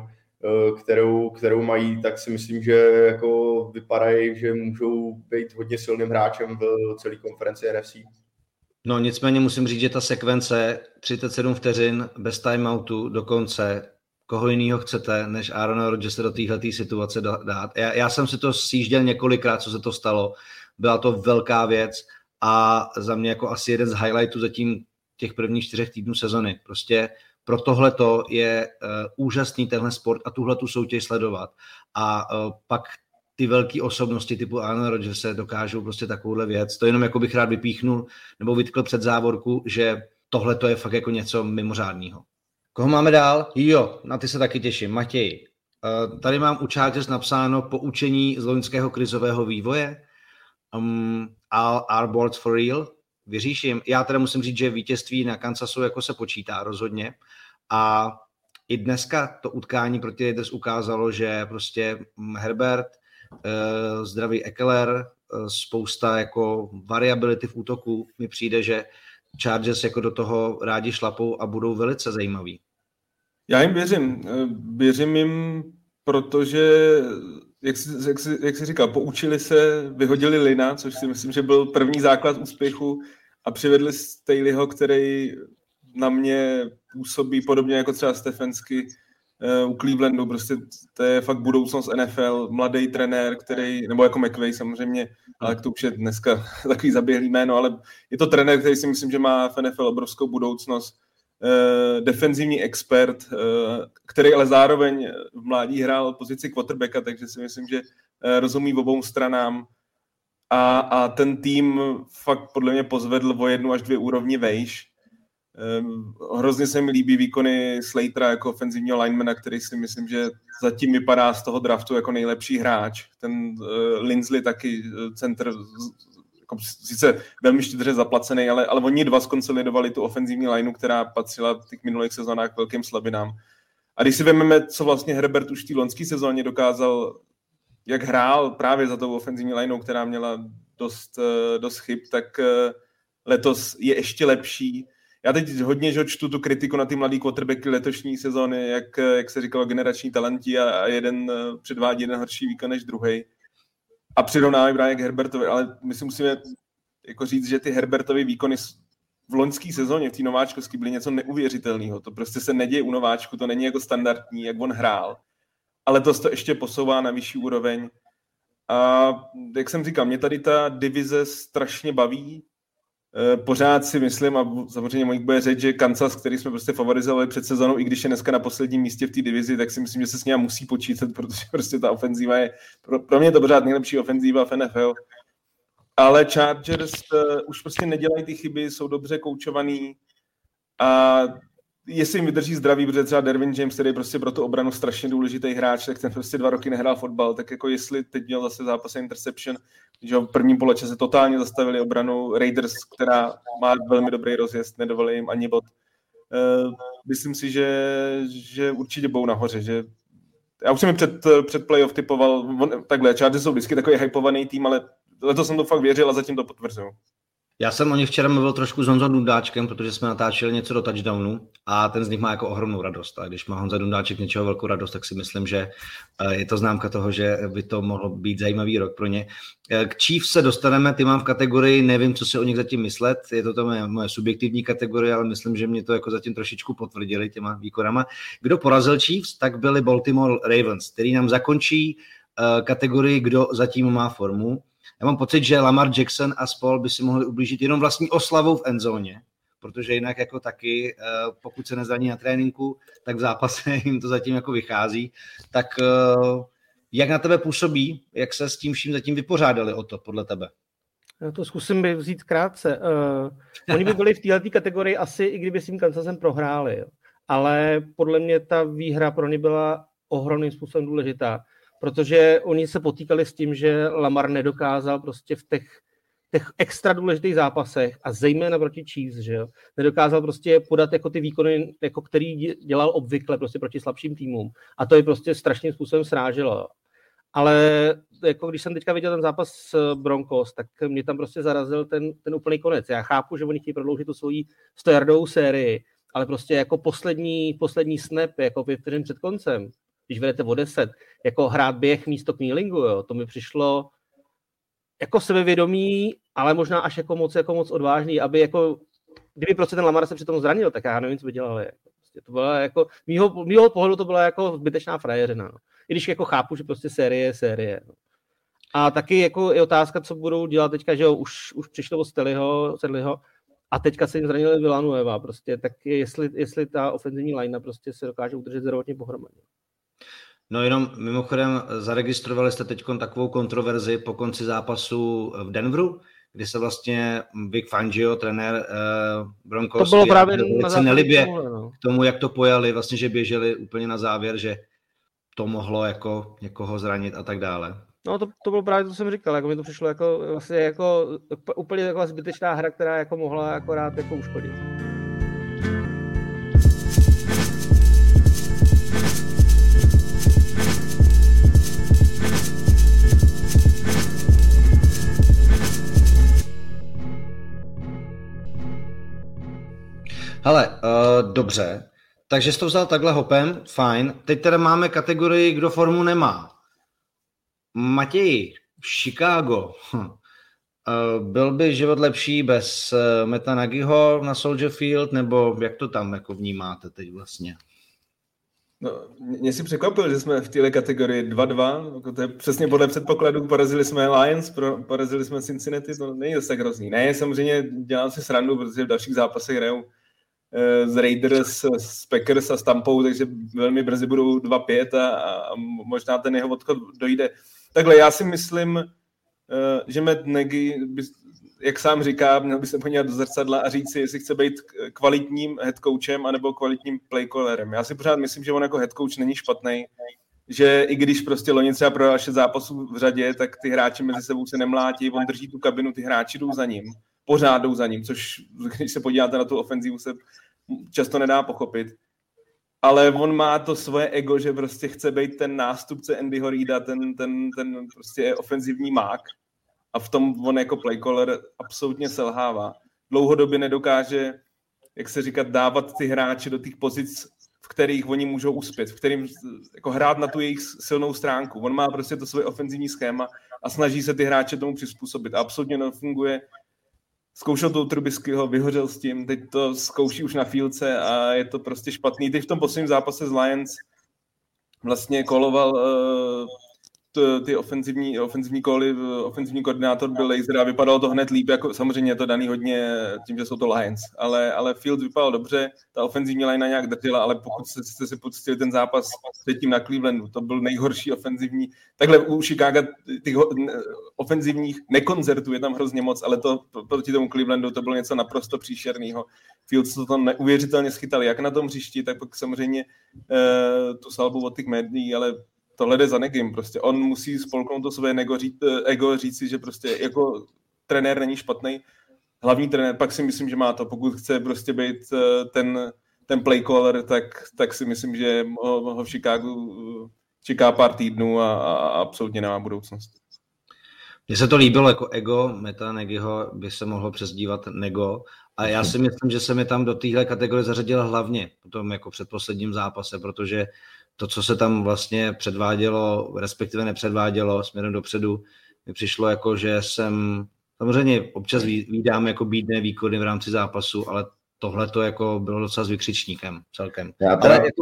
kterou mají, tak si myslím, že jako vypadají, že můžou být hodně silným hráčem v celé konferenci NFC. No nicméně musím říct, že ta sekvence 37 vteřin bez timeoutu do konce, koho jinýho chcete, než Aarona Rodgersa do téhleté situace dát. Já jsem si to sjížděl několikrát, co se to stalo. Byla to velká věc a za mě jako asi jeden z highlightů zatím těch prvních 4 týdnů sezony. Prostě pro tohleto je úžasný tenhle sport a tuhletu soutěž sledovat. A pak ty velké osobnosti typu Aaron Rodgers se dokážou prostě takovouhle věc. To jenom jako bych rád vypíchnul nebo vytkl před závorku, že tohleto je fakt jako něco mimořádného. Koho máme dál? Jo, na ty se taky těším. Matěj, tady mám u Chargers napsáno poučení z loňského krizového vývoje. Are boards for real? Věříš jim? Já teda musím říct, že vítězství na Kansasu jako se počítá rozhodně. A i dneska to utkání proti Raiders ukázalo, že prostě Herbert, zdravý Ekeler, spousta jako variability v útoku. Mi přijde, že Chargers jako do toho rádi šlapou a budou velice zajímaví. Já jim věřím. Věřím jim, protože, jak jsi říkal, poučili se, vyhodili Lina, což si myslím, že byl první základ úspěchu a přivedli Staleyho, který na mě působí podobně jako třeba Stefanski u Clevelandu. Prostě to je fakt budoucnost NFL, mladý trenér, který, nebo jako McVay samozřejmě, ale to už je dneska takový zaběhlý jméno, ale je to trenér, který si myslím, že má v NFL obrovskou budoucnost. Defenzivní expert, který ale zároveň v mládí hrál pozici quarterbacka, takže si myslím, že rozumí v obou stranám a ten tým fakt podle mě pozvedl o 1 až 2 úrovni vejš. Hrozně se mi líbí výkony Slatera jako ofenzivního linemana, který si myslím, že zatím vypadá z toho draftu jako nejlepší hráč. Ten Linsley taky center, jako sice velmi štědře zaplacený, ale oni 2 skonsolidovali tu ofenzivní lineu, která patřila v minulých sezónách k velkým slabinám. A když si vezmeme, co vlastně Herbert už v té loňské sezóně dokázal, jak hrál právě za tou ofenzivní lineou, která měla dost chyb, tak letos je ještě lepší. Já teď hodně čtu tu kritiku na ty mladý quarterbacky letošní sezóny, jak se říkalo, generační talenti a jeden předvádí jeden horší výkon než druhej. A přirovnávají právě k Herbertovi, ale my si musíme jako říct, že ty Herbertovy výkony v loňské sezóně, v té nováčkovské byly něco neuvěřitelného. To prostě se neděje u nováčku, to není jako standardní, jak on hrál. Ale to ještě posouvá na vyšší úroveň. A jak jsem říkal, mě tady ta divize strašně baví. pořád si myslím, a samozřejmě Mojík bude říct, že Kansas, který jsme prostě favorizovali před sezónou, i když je dneska na posledním místě v té divizi, tak si myslím, že se s ním musí počítat, protože prostě ta ofenzíva je, pro mě to pořád nejlepší ofenzíva v NFL. Ale Chargers už prostě nedělají ty chyby, jsou dobře koučovaný a jestli jim vydrží zdraví, protože třeba Derwin James, který je prostě pro tu obranu strašně důležitý hráč, tak ten prostě 2 roky nehrál fotbal, tak jako jestli teď měl zase zápas interception, že v prvním poločase totálně zastavili obranu Raiders, která má velmi dobrý rozjezd, nedovolili jim ani bod. Myslím si, že určitě budou nahoře, že já už jsem mi před playoff typoval, takhle, Chargers jsou vždycky takový hypovaný tým, ale letos jsem to fakt věřil a zatím to potvrzuju. Já jsem o nich včera mluvil trošku s Honzou Dundáčkem, protože jsme natáčeli něco do touchdownu a ten z nich má jako ohromnou radost. A když má Honza Dundáček něčeho velkou radost, tak si myslím, že je to známka toho, že by to mohlo být zajímavý rok pro ně. K Chiefs se dostaneme, ty mám v kategorii, nevím, co si o nich zatím myslet, je to moje subjektivní kategorie, ale myslím, že mě to jako zatím trošičku potvrdili těma výkonama. Kdo porazil Chiefs, tak byli Baltimore Ravens, který nám zakončí kategorii, kdo zatím má formu. Já mám pocit, že Lamar Jackson a spol by si mohli ublížit jenom vlastní oslavou v endzóně, protože jinak jako taky, pokud se nezraní na tréninku, tak v zápase jim to zatím jako vychází. Tak jak na tebe působí, jak se s tím vším zatím vypořádali o to, podle tebe? Já to zkusím vzít krátce. Oni by byli v této kategorii asi, i kdyby s tím Kansasem prohráli. Jo. Ale podle mě ta výhra pro ně byla ohromným způsobem důležitá. Protože oni se potýkali s tím, že Lamar nedokázal prostě v těch extra důležitých zápasech a zejména proti Chiefs, že jo, nedokázal prostě podat jako ty výkony, jako který dělal obvykle prostě proti slabším týmům. A to je prostě strašným způsobem sráželo. Ale jako když jsem teďka viděl ten zápas s Broncos, tak mě tam prostě zarazil ten úplný konec. Já chápu, že oni chtějí prodloužit tu svoji 100-yardovou sérii, ale prostě jako poslední snap, jako 5 vteřin před koncem, když vedete o 10, jako hrát běh místo kneelingu, jo, to mi přišlo jako sebevědomí, ale možná až jako moc odvážný, aby jako, kdyby prostě ten Lamar se přitom zranil, tak já nevím, co by dělali. Prostě to byla jako, mýho pohledu to byla jako zbytečná frajeřina, no. I když jako chápu, že prostě série. No. A taky jako je otázka, co budou dělat teďka, že jo, už přišlo od Sedliho a teďka se jim zranili Villanueva, prostě, tak jestli ta ofenzivní linea prostě se dokáže udržet zdravotně pohromadě. No jenom mimochodem zaregistrovali jste teď takovou kontroverzi po konci zápasu v Denveru, kdy se vlastně Vic Fangio, trenér Broncos, to bylo právě se nelibě k tomu, jak to pojali, vlastně, že běželi úplně na závěr, že to mohlo jako někoho zranit a tak dále. No to bylo právě to, co jsem říkal, jako mi to přišlo jako vlastně jako úplně taková zbytečná hra, která jako mohla akorát jako uškodit. Hele, dobře, takže jsi to vzal takhle hopem, fajn. Teď teda máme kategorii, kdo formu nemá. Matěj, Chicago. Byl by život lepší bez Matta Nagyho na Soldier Field, nebo jak to tam jako vnímáte teď vlastně? No, mě si překvapil, že jsme v této kategorii 2-2, to je přesně podle předpokladu, porazili jsme Lions, porazili jsme Cincinnati, to není dost tak hrozný. Ne, samozřejmě dělám si srandu, protože v dalších zápasech hrajou z Raiders, z Packers a s Tampou, takže velmi brzy budou 2-5 a možná ten jeho odchod dojde. Takhle, já si myslím, že Matt Nagy, jak sám říká, měl by se podívat do zrcadla a říct si, jestli chce být kvalitním head coachem anebo kvalitním playcallerem. Já si pořád myslím, že on jako head coach není špatný, že i když prostě loni třeba prodal 6 zápasů v řadě, tak ty hráči mezi sebou se nemlátí, on drží tu kabinu, ty hráči jdou za ním, pořád jdou za ním, což když se podíváte na tu ofenzivu, se často nedá pochopit. Ale on má to svoje ego, že prostě chce být ten nástupce Andyho Reida, ten prostě ofenzivní mák. A v tom on jako playcaller absolutně selhává. Dlouhodobě nedokáže, jak se říká, dávat ty hráče do těch pozic, v kterých oni můžou uspět, v kterým jako hrát na tu jejich silnou stránku. On má prostě to svoje ofenzivní schéma a snaží se ty hráče tomu přizpůsobit. A absolutně nefunguje. Zkoušel to u Trubiskyho, vyhořel s tím, teď to zkouší už na fílce a je to prostě špatný. Teď v tom posledním zápase s Lions vlastně koloval ty ofenzivní góly, ofenzivní koordinátor byl Laser a vypadalo to hned líp, jako samozřejmě je to daný hodně tím, že jsou to Lions, ale Fields vypadal dobře, ta ofenzivní linea nějak držela, ale pokud jste si pustili ten zápas předtím na Clevelandu, to byl nejhorší ofenzivní, takhle u Chicaga těch ofenzivních nekoncertů je tam hrozně moc, ale to proti tomu Clevelandu to bylo něco naprosto příšerného. Fields to tam neuvěřitelně schytal, jak na tom hřišti, tak pak samozřejmě tu salbu od těch médií, ale tohle jde za Negim, prostě on musí spolknout to své ego, říct si, že prostě jako trenér není špatný, hlavní trenér, pak si myslím, že má to, pokud chce prostě být ten play caller, tak si myslím, že ho v Chicagu čeká pár týdnů a absolutně nemá budoucnost. Mně se to líbilo jako ego, Meta Nagyho by se mohlo přezdívat Nego a já si myslím, že se mi tam do téhle kategorie zařadil hlavně potom jako předposledním zápase, protože to, co se tam vlastně předvádělo, respektive nepředvádělo směrem dopředu, mi přišlo jako, že jsem samozřejmě občas vídám jako bídné výkony v rámci zápasu, ale tohle to jako bylo docela s vykřičníkem celkem. Ale jako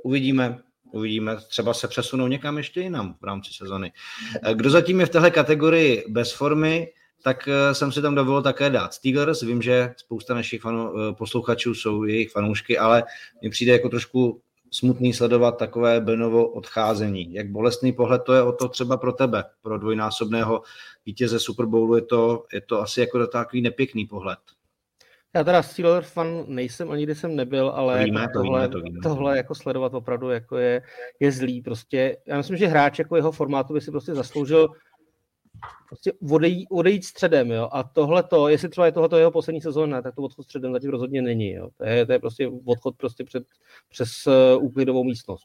uvidíme, třeba se přesunou někam ještě jinam v rámci sezony. Kdo zatím je v téhle kategorii bez formy, tak jsem si tam dovolil také dát Steelers. Vím, že spousta našich posluchačů jsou jejich fanoušky, ale mně přijde jako trošku smutný sledovat takové Benovo odcházení. Jak bolestný pohled to je o to třeba pro tebe, pro dvojnásobného vítěze Super Bowlu, je to asi jako takový nepěkný pohled. Já teda Steelers fan nejsem, ani když jsem nebyl, ale tohle jako sledovat opravdu jako je zlý. Prostě. Já myslím, že hráč jako jeho formátu by si prostě zasloužil prostě odejít středem, jo. A tohleto, jestli třeba je tohleto jeho poslední sezóna, tak to odchod středem zatím rozhodně není, jo. To je prostě odchod prostě přes úklidovou místnost.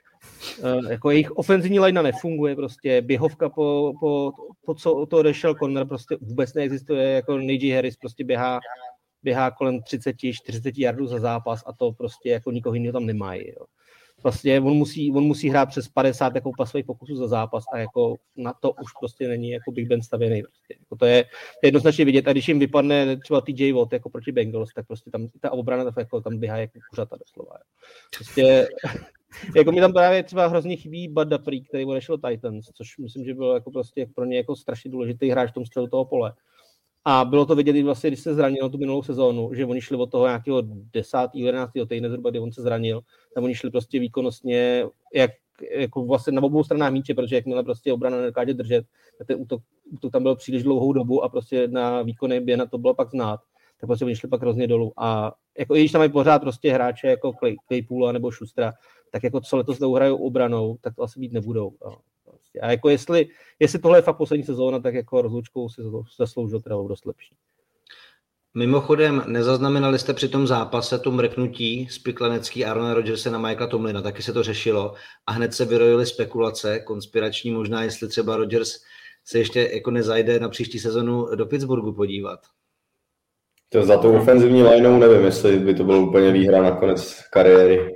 Jako jejich ofenzivní linea nefunguje, prostě běhovka po co to odešel Conner prostě vůbec neexistuje, jako Najee Harris prostě běhá kolem 30-40 yardů za zápas a to prostě jako nikoho jiného tam nemají, jo. Vlastně on musí hrát přes 50 jako pasových pokusů za zápas a jako na to už prostě není jako Big Ben stavěný. Prostě. Jako to je jednoznačně vidět a když jim vypadne třeba TJ Watt jako proti Bengals, tak prostě tam ta obrana jako tam běhá jako kuřata doslova. Prostě jako mi tam právě třeba hrozně chybí Bud Dupree, který odešel Titans, což myslím, že byl jako prostě pro ně jako strašně důležitý hráč v tom střelu toho pole. A bylo to vidět i vlastně, když se zranil tu minulou sezónu, že oni šli od toho nějakého 10. 11. týdne zhruba, kdy on se zranil, tak oni šli prostě výkonnostně jako vlastně na obou stranách míče, protože jakmile prostě obrana nedokáže držet, tak ten útok tam byl příliš dlouhou dobu a prostě na výkony běhna to bylo pak znát, tak prostě oni šli pak hrozně dolů. A jako i když tam mají pořád prostě hráče jako Claypoola nebo Schustera, tak jako co letos neuhrajou obranou, tak to asi být nebudou. A jako jestli tohle je fakt poslední sezóna, tak jako rozlučkou si zasloužil teda dost lepší. Mimochodem, nezaznamenali jste při tom zápase to mrknutí spiklenecký Aarona Rodgerse na Michaela Tomlina, taky se to řešilo a hned se vyrojily spekulace konspirační, možná jestli třeba Rodgers se ještě jako nezajde na příští sezonu do Pittsburghu podívat. To za tou ofenzivní lineou nevím, jestli by to bylo úplně výhra na konec kariéry.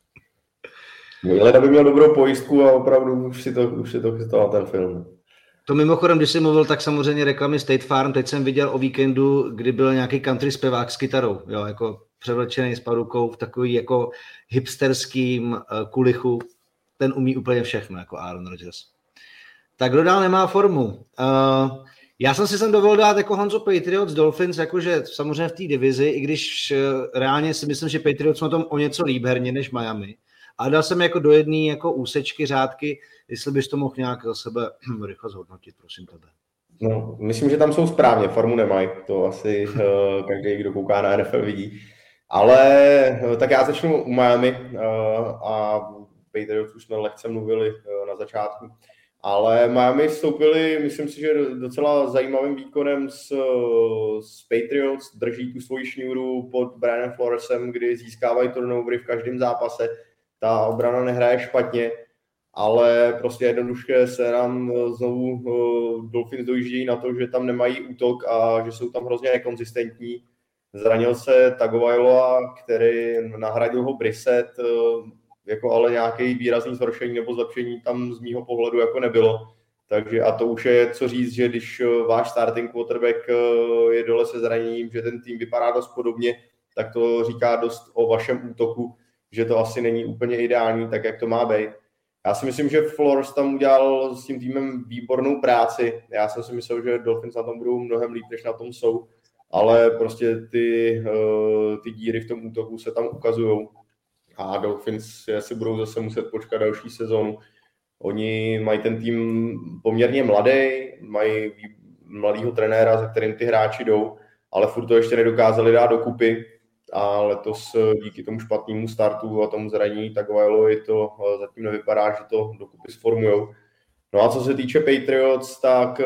Leda by měl dobrou pojistku a opravdu už si to chystal ten film. To mimochodem, když jsi mluvil, tak samozřejmě reklamy State Farm. Teď jsem viděl o víkendu, kdy byl nějaký country zpěvák s kytarou, jo, jako převlečený s parukou v takový jako hipsterským kulichu. Ten umí úplně všechno, jako Aaron Rodgers. Tak kdo dál nemá formu? Já jsem si sem dovolil dát jako Honzo Patriots, Dolphins, jakože samozřejmě v té divizi, i když reálně si myslím, že Patriots má tom o něco líp herně než Miami. A dal jsem jako do jedné jako úsečky, řádky, jestli bys to mohl nějak za sebe rychle zhodnotit, prosím tebe. No, myslím, že tam jsou správně, formu nemají, to asi každý, kdo kouká na NFL, vidí. Ale tak já začnu u Miami a Patriots už jsme lehce mluvili na začátku. Ale Miami vstoupili, myslím si, že docela zajímavým výkonem s Patriots, drží tu svoji šňůru pod Brianem Floresem, kdy získávají turnovery v každém zápase. Ta obrana nehraje špatně, ale prostě jednoduše se nám znovu Dolphins dojíždějí na to, že tam nemají útok a že jsou tam hrozně nekonzistentní. Zranil se Tagovailoa, který nahradil ho Brissett, jako ale nějaký výrazný zhoršení nebo zlepšení tam z mýho pohledu jako nebylo. Takže a to už je co říct, že když váš starting quarterback je dole se zraněním, že ten tým vypadá dost podobně, tak to říká dost o vašem útoku, že to asi není úplně ideální, tak jak to má být. Já si myslím, že Flores tam udělal s tím týmem výbornou práci. Já jsem si myslel, že Dolphins na tom budou mnohem líp, než na tom jsou, ale prostě ty díry v tom útoku se tam ukazujou a Dolphins si budou zase muset počkat další sezonu. Oni mají ten tým poměrně mladý, mají mladýho trenéra, za kterým ty hráči jdou, ale furt to ještě nedokázali dát dokupy a letos díky tomu špatnému startu a tomu zranění Tagovailovi to zatím nevypadá, že to dokupy sformujou. No a co se týče Patriots, tak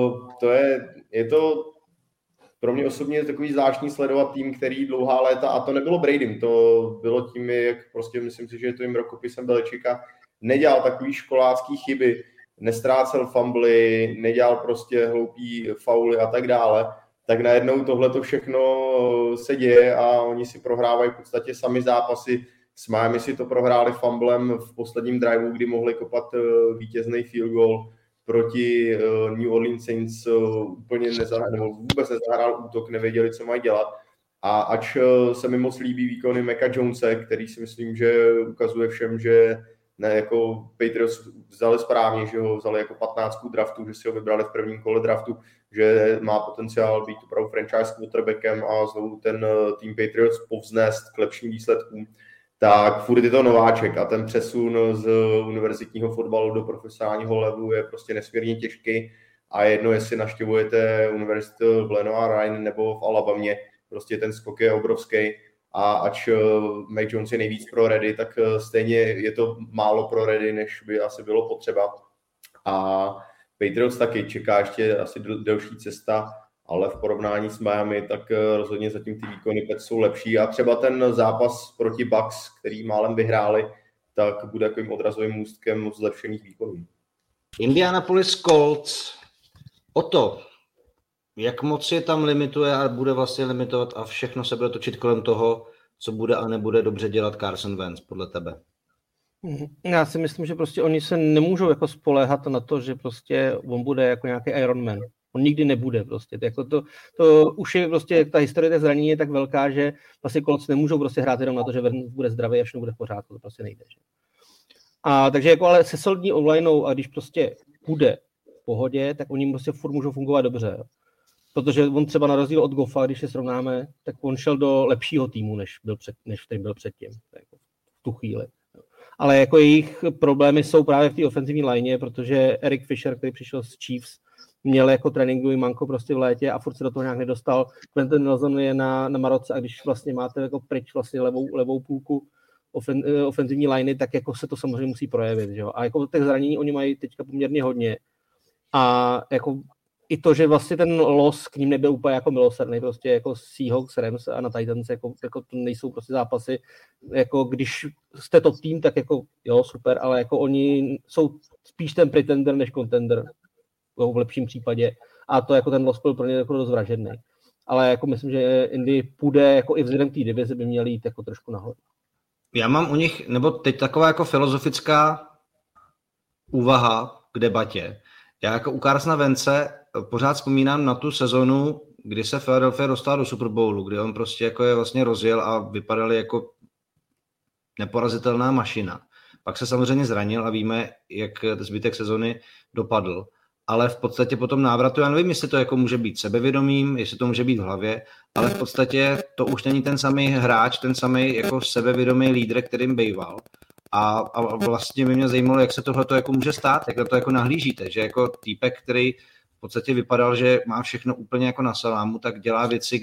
je to pro mě osobně takový zvláštní sledovat tým, který dlouhá léta, a to nebylo Bradym, to bylo tím, jak prostě myslím si, že je to jim rokopisem Beličika, nedělal takový školácký chyby, nestrácel fumbly, nedělal prostě hloupý fauly a tak dále, tak najednou tohle všechno se děje a oni si prohrávají v podstatě sami zápasy. S Miami si to prohráli fumblem v posledním driveu, kdy mohli kopat vítězný field goal. Proti New Orleans Saints úplně vůbec nezahrál útok, nevěděli, co mají dělat. A ač se mi moc líbí výkony Maca Jonese, který si myslím, že ukazuje všem, že ne, jako Patriots vzali správně, že ho vzali jako 15. draftu, že si ho vybrali v prvním kole draftu, že má potenciál být opravdu franchise quarterbackem a znovu ten tým Patriots povznést k lepším výsledkům, tak furt je to nováček a ten přesun z univerzitního fotbalu do profesionálního levelu je prostě nesmírně těžký a jedno, jestli navštěvujete univerzitu v Lenoir Rhine nebo v Alabamě, prostě ten skok je obrovský. A ač Mac Jones je nejvíc pro ready, tak stejně je to málo pro ready, než by asi bylo potřeba. A Patriots taky čeká ještě asi delší cesta, ale v porovnání s Miami, tak rozhodně zatím ty výkony Pets jsou lepší. A třeba ten zápas proti Bucks, který málem vyhráli, tak bude takovým odrazovým můstkem zlepšených výkonů. Indianapolis Colts. O to, jak moc je tam limituje a bude vlastně limitovat a všechno se bude točit kolem toho, co bude a nebude dobře dělat Carson Wentz, podle tebe? Já si myslím, že prostě oni se nemůžou jako spoléhat na to, že prostě on bude jako nějaký Iron Man. On nikdy nebude prostě. To už je prostě, ta historie té zranění je tak velká, že vlastně Colts nemůžou prostě hrát jenom na to, že Wentz bude zdravý a všechno bude v pořádku, to prostě nejde. Že? A takže jako ale se solidní onlineou a když prostě bude v pohodě, tak oni prostě furt můžou fungovat dobře. Jo? Protože on třeba na rozdíl od Goffa, když se srovnáme, tak on šel do lepšího týmu, než který byl předtím, jako v tu chvíli. Ale jako jejich problémy jsou právě v té ofenzivní lině, protože Eric Fisher, který přišel z Chiefs, měl jako tréninkový manko prostě v létě a furt se do toho nějak nedostal. Quentin Nelson je na Maroce a když vlastně máte jako pryč vlastně levou půlku ofenzivní liny, tak jako se to samozřejmě musí projevit. Že jo? A jako těch zranění oni mají teďka poměrně hodně. A jako i to, že vlastně ten los k ním nebyl úplně jako milosrdný, prostě jako Seahawks, Rams a na Titans, jako to nejsou prostě zápasy, jako když jste top tým, tak jako jo, super, ale jako oni jsou spíš ten pretender než contender v lepším případě a to jako ten los byl pro ně jako dost vražedný. Ale jako myslím, že Indy půjde jako i vzhledem k té divizi by měli jít jako trošku nahoru. Já mám u nich, nebo teď taková jako filozofická úvaha k debatě. Já jako u Carsona Wentze pořád vzpomínám na tu sezonu, kdy se Philadelphia dostala do Super Bowlu, kdy on prostě jako je vlastně rozjel a vypadali jako neporazitelná mašina. Pak se samozřejmě zranil a víme, jak zbytek sezony dopadl. Ale v podstatě po tom návratu, já nevím, jestli to jako může být sebevědomým, jestli to může být v hlavě, ale v podstatě to už není ten samý hráč, ten samý jako sebevědomý lídr, kterým býval. A vlastně by mě zajímalo, jak se tohleto jako může stát, jak na to jako nahlížíte, že jako týpek, který v podstatě vypadal, že má všechno úplně jako na salámu, tak dělá věci,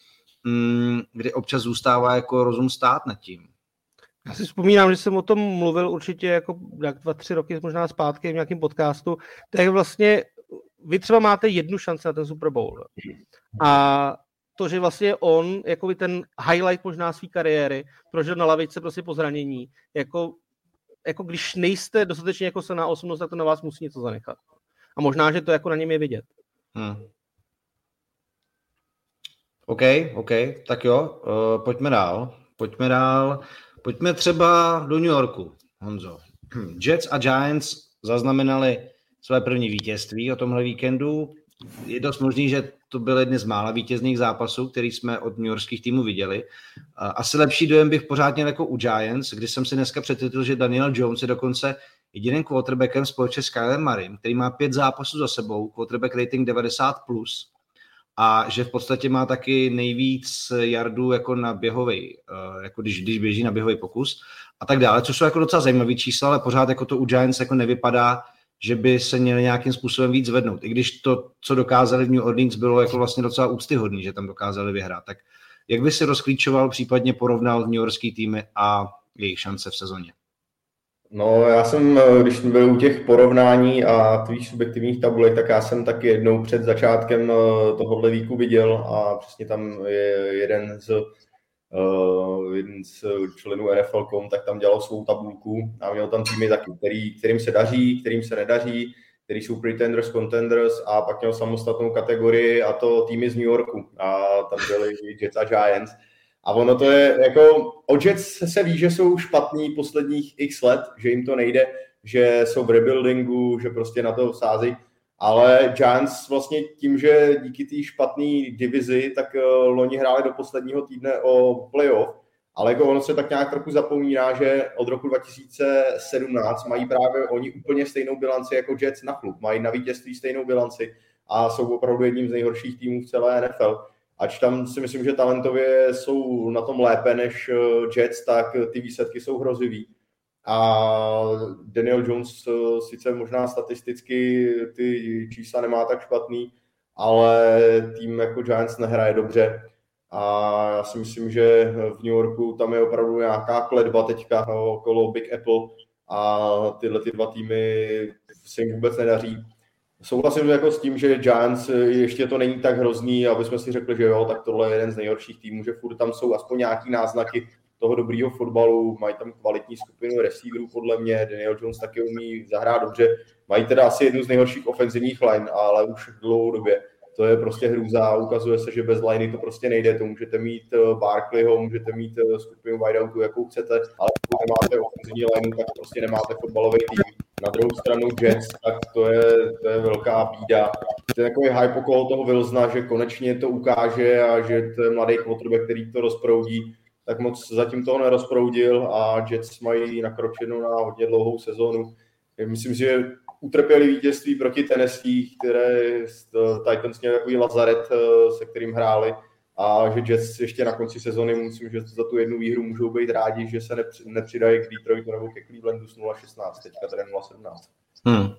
kdy občas zůstává jako rozum stát nad tím. Já si vzpomínám, že jsem o tom mluvil určitě jako 2-3 roky možná zpátky v nějakém podcastu, tak vlastně vy třeba máte jednu šanci na ten Super Bowl. A to, že vlastně on, jako ten highlight možná své kariéry, prožil na lavičce prostě po zranění, jako když nejste dostatečně jako silná osobnost, tak to na vás musí něco zanechat. A možná, že to jako na něm je vidět. OK, tak jo, pojďme dál. Pojďme třeba do New Yorku, Honzo. Jets a Giants zaznamenali své první vítězství o tomhle víkendu. Je dost možný, že to byl jeden z mála vítězných zápasů, který jsme od newyorských týmů viděli. Asi lepší dojem bych pořád měl jako u Giants, kdy jsem si dneska přečetl, že Daniel Jones je dokonce jediným quarterbackem společně s Kylem Murraym, který má 5 zápasů za sebou, quarterback rating 90+, a že v podstatě má taky nejvíc yardů jako na běhovej, jako když běží na běhový pokus a tak dále, což jsou jako docela zajímavý čísla, ale pořád jako to u Giants jako nevypadá, že by se měli nějakým způsobem víc zvednout. I když to, co dokázali v New Orleans, bylo jako vlastně docela úctyhodný, že tam dokázali vyhrát. Tak jak by si rozklíčoval, případně porovnal New Yorkský týmy a jejich šance v sezóně? No, já jsem, když byl u těch porovnání a tvých subjektivních tabulek, tak já jsem taky jednou před začátkem tohohle víku viděl a přesně tam je jeden z členů NFL.com, tak tam dělal svou tabulku a měl tam týmy taky, kterým se daří, kterým se nedaří, který jsou pretenders, contenders a pak měl samostatnou kategorii a to týmy z New Yorku a tam byly Jets a Giants. A ono to je jako, o Jets se ví, že jsou špatní posledních x let, že jim to nejde, že jsou v rebuildingu, že prostě na to sázejí, ale Giants vlastně tím, že díky té špatné divizi, tak loni hráli do posledního týdne o playoff, ale jako ono se tak nějak trochu zapomíná, že od roku 2017 mají právě oni úplně stejnou bilanci jako Jets na klub, mají na vítězství stejnou bilanci a jsou opravdu jedním z nejhorších týmů v celé NFL. Ač tam si myslím, že talentově jsou na tom lépe než Jets, tak ty výsledky jsou hrozivý. A Daniel Jones sice možná statisticky ty čísla nemá tak špatný, ale tým jako Giants nehraje dobře. A já si myslím, že v New Yorku tam je opravdu nějaká kletba teďka okolo Big Apple a tyhle ty dva týmy se jim vůbec nedaří. Souhlasím jako s tím, že Giants ještě to není tak hrozný, aby jsme si řekli, že jo, tak tohle je jeden z nejhorších týmů, že furt tam jsou aspoň nějaký náznaky toho dobrýho fotbalu, mají tam kvalitní skupinu receiverů podle mě, Daniel Jones taky umí zahrát dobře, mají teda asi jednu z nejhorších ofenzivních line, ale už dlouhou době. To je prostě hrůza a ukazuje se, že bez liney to prostě nejde, to můžete mít Barkleyho, můžete mít skupinu wideoutů, jakou chcete, ale pokud nemáte ofenzivní lineu, tak prostě nemáte fotbalový tým. Na druhou stranu Jets, tak to je velká bída. To je takový hype okolo toho Wilsona, že konečně to ukáže a že to je mladý quarterback, který to rozproudí, tak moc zatím toho nerozproudil a Jets mají nakročeno na hodně dlouhou sezónu. Myslím si, že utrpěli vítězství proti Tennessee, které Titans měli takový lazaret, se kterým hráli, a že Jets ještě na konci sezony, myslím, že za tu jednu výhru můžou být rádi, že se nepřidají k Detroitu nebo ke Clevelandu s 0-16, teďka tady 0-17.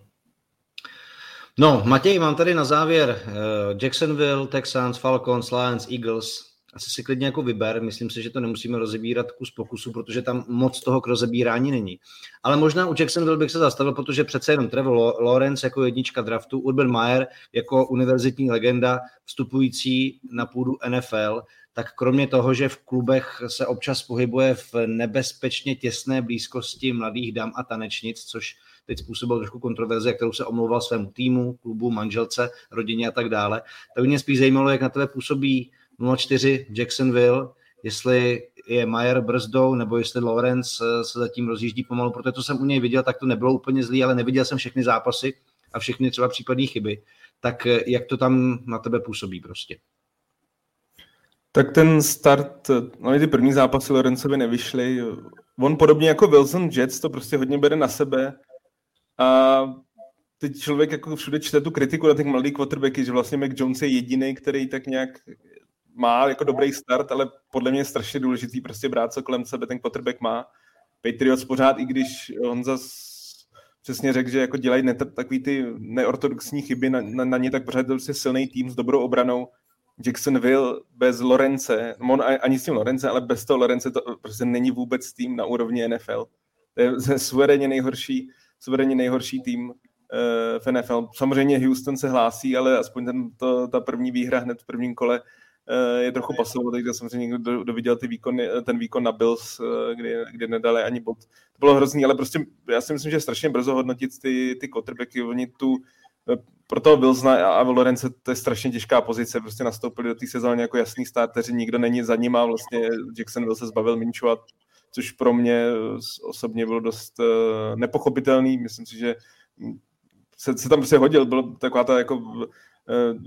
No, Matěj, mám tady na závěr Jacksonville, Texans, Falcons, Lions, Eagles. Asi si klidně jako vyber, myslím si, že to nemusíme rozebírat kus po kusu, protože tam moc toho k rozebírání není. Ale možná u Jacksonville bych se zastavil, protože přece jenom Trevor Lawrence jako jednička draftu, Urban Meyer jako univerzitní legenda vstupující na půdu NFL, tak kromě toho, že v klubech se občas pohybuje v nebezpečně těsné blízkosti mladých dam a tanečnic, což teď způsobil trošku kontroverze, kterou se omlouval svému týmu, klubu, manželce, rodině a tak dále, tak mě spíš zajímalo, jak na tebe působí 0-4 Jacksonville, jestli je Meyer brzdou, nebo jestli Lawrence se zatím rozjíždí pomalu, protože to jsem u něj viděl, tak to nebylo úplně zlý, ale neviděl jsem všechny zápasy a všechny třeba případné chyby. Tak jak to tam na tebe působí prostě? Tak ten start, ty první zápasy Lawrenceovi nevyšly. On podobně jako Wilson Jets to prostě hodně bere na sebe a teď člověk jako všude čte tu kritiku na těch mladých quarterbacky, že vlastně Mac Jones je jediný, který tak nějak má jako dobrý start, ale podle mě je strašně důležitý prostě brát, co kolem sebe ten quarterback má. Patriots pořád, i když on zas přesně řekl, že jako dělají takový ty neortodoxní chyby na ně, tak pořád je prostě silný tým s dobrou obranou. Jacksonville bez Lawrence, ani s tím Lawrence, ale bez toho Lawrence to prostě není vůbec tým na úrovni NFL. To je suverénně nejhorší tým v NFL. Samozřejmě Houston se hlásí, ale aspoň ta první výhra hned v prvním kole je trochu pasovalo, takže samozřejmě někdo doviděl ten výkon na Bills, kde nedali ani bod. To bylo hrozný, ale prostě já si myslím, že je strašně brzo hodnotit ty quarterbacky. Oni pro toho Wilsona a Lawrence to je strašně těžká pozice, prostě nastoupili do té sezóny jako jasný starteři, nikdo není za nima, vlastně Jacksonville se zbavil Minshua, což pro mě osobně bylo dost nepochopitelný. Myslím si, že se tam prostě hodil, bylo taková ta jako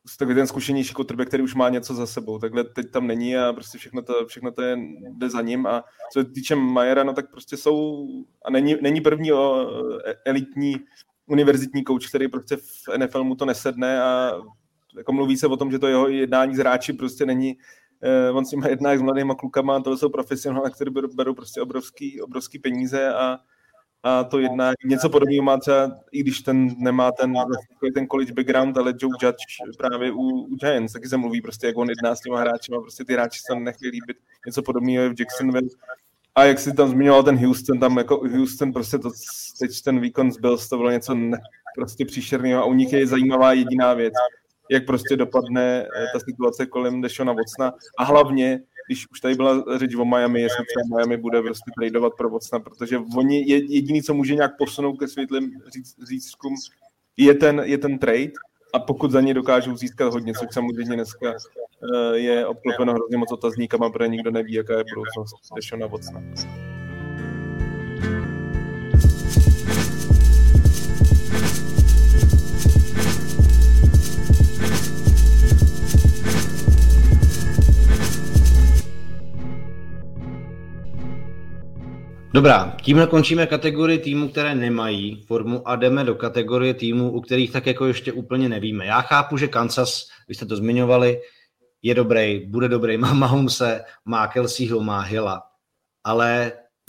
takový ten zkušenější quarterback, který už má něco za sebou. Takhle teď tam není a prostě všechno to jde za ním. A co se týče Mayera, no tak prostě jsou, a není první elitní univerzitní coach, který prostě v NFL mu to nesedne a jako mluví se o tom, že to jeho jednání s hráči prostě není, on s nimi jedná s mladýma klukama, to jsou profesionálové, kteří berou prostě obrovský peníze a to jedná něco podobného má třeba, i když ten nemá ten college background, ale Joe Judge právě u Giants, taky se mluví prostě, jak on jedná s těma hráči, a prostě ty hráči se nechtějí líbit, něco podobného v Jacksonville. A jak si tam zmiňoval ten Houston, tam jako Houston prostě teď ten výkon z Bills, to bylo něco prostě příšerného a u nich je zajímavá jediná věc, jak prostě dopadne ta situace kolem Deshona Watsona a hlavně, když už tady byla řeč o Miami, jestli třeba Miami bude prostě tradovat pro Watsona, protože oni jediný, co může nějak posunout ke světlým řízkům, je ten trade a pokud za ně dokážou získat hodně, což samozřejmě dneska je obklopeno hrozně moc otazníkama, protože nikdo neví, jaká je budoucnost Deshona Watsona. Dobrá, tímhle končíme kategorii týmů, které nemají formu a jdeme do kategorie týmů, u kterých tak jako ještě úplně nevíme. Já chápu, že Kansas, vy jste to zmiňovali, je dobrý, bude dobrý, má Mahomese, má Kelseyho, má Hilla, ale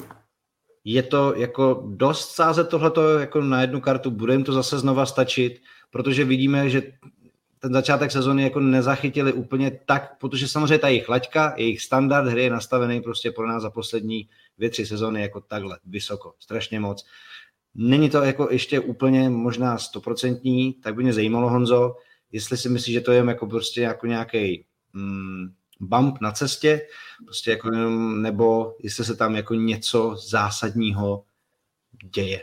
je to jako dost sázet tohleto jako na jednu kartu, bude jim to zase znova stačit, protože vidíme, že ten začátek sezony jako nezachytili úplně tak, protože samozřejmě ta jejich laťka, jejich standard hry je nastavený prostě pro nás za poslední 2-3 sezony jako takhle, vysoko, strašně moc. Není to jako ještě úplně možná 100%, tak by mě zajímalo, Honzo, jestli si myslíš, že to je jako prostě jako nějaký bump na cestě, prostě jako, nebo jestli se tam jako něco zásadního děje.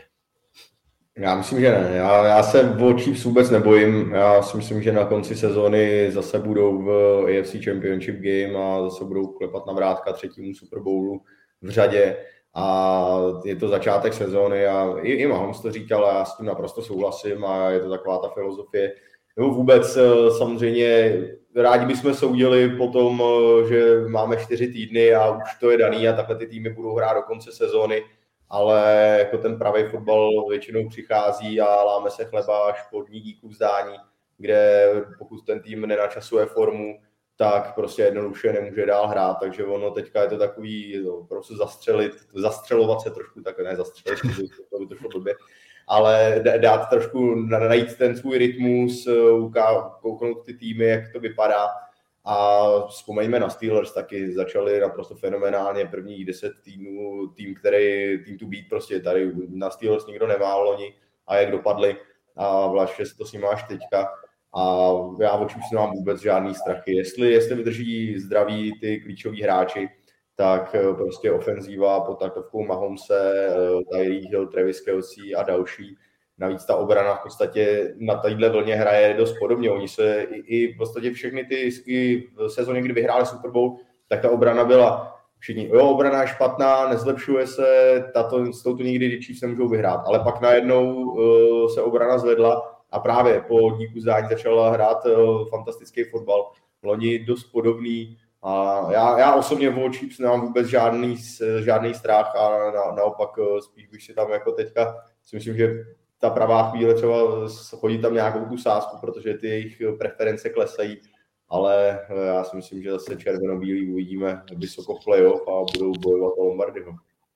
Já myslím, že ne. Já se o Chiefs vůbec nebojím. Já si myslím, že na konci sezóny zase budou v AFC Championship Game a zase budou klepat na vrátka 3. Super Bowlu v řadě. A je to začátek sezóny a i Mahomes to říkal a já s tím naprosto souhlasím a je to taková ta filozofie. Nebo vůbec samozřejmě rádi bychom soudili po tom, že máme 4 týdny a už to je daný a takhle ty týmy budou hrát do konce sezóny. Ale jako ten pravý fotbal většinou přichází a láme se chleba až po dní díků vzdání, kde pokud ten tým nenačasuje formu, tak prostě jednoduše nemůže dál hrát, takže ono teďka je to takový prostě zastřelovat se trošku, tak ne zastřelit, to by to šlo blbě, ale dát trošku, najít ten svůj rytmus, kouknout ty týmy, jak to vypadá. A vzpomeňme na Steelers, taky začali naprosto fenomenálně první 10 týmů, tým to beat prostě tady na Steelers nikdo nemá loni a jak dopadli a vlastně se to s nimi až teďka a já o Chiefs nemám vůbec žádný strachy. Jestli vydrží zdraví ty klíčoví hráči, tak prostě ofenzíva pod taktovkou Mahomese, Tyreek Hill, Travis Kelce a další. Navíc ta obrana v podstatě na téhle vlně hraje dost podobně. Oni se i v podstatě všechny ty sezóny, kdy vyhráli Super Bowl, tak ta obrana byla všichni, obrana je špatná, nezlepšuje se, s touto nikdy Chiefs nemůžou vyhrát. Ale pak najednou se obrana zvedla a právě po díku zdání začala hrát fantastický fotbal. Loni dost podobný. A já osobně o Chiefs nemám vůbec žádný strach a naopak spíš bych si tam jako teďka si myslím, že ta pravá chvíle třeba chodí tam nějakou tu sázku, protože ty jejich preference klesají, ale já si myslím, že zase červeno-bílý uvidíme vysoko v playoff a budou bojovat o Lombardyho.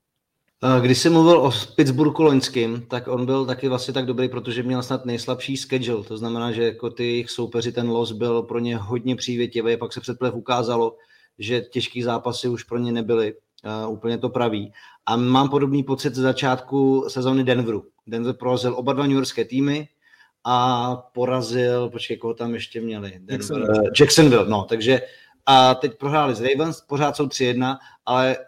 Když jsi mluvil o Pittsburghu loňským, tak on byl taky vlastně tak dobrý, protože měl snad nejslabší schedule, to znamená, že jako ty jejich soupeři, ten los byl pro ně hodně přívětivý, pak se před playoff ukázalo, že těžký zápasy už pro ně nebyly úplně to pravý. A mám podobný pocit z začátku sezóny Denveru. Denver porazil oba dva newyorské týmy a porazil, koho tam ještě měli? Jacksonville, no, takže a teď prohráli z Ravens, pořád jsou 3-1, ale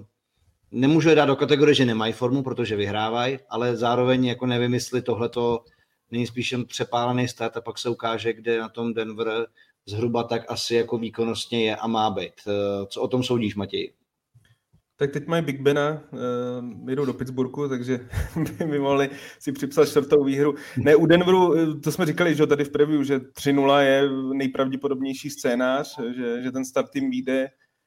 nemůžu je dát do kategorie, že nemají formu, protože vyhrávají, ale zároveň jako nevím, jestli tohleto není spíš jen přepálený start a pak se ukáže, kde na tom Denver zhruba tak asi jako výkonnostně je a má být. Co o tom soudíš, Matěj? Tak teď mají Big Bena, jedou do Pittsburghu, takže by mohli si připsat 4. výhru. Ne, u Denveru, to jsme říkali, že tady v preview, že 3-0 je nejpravděpodobnější scénář, že ten start tým vyjde.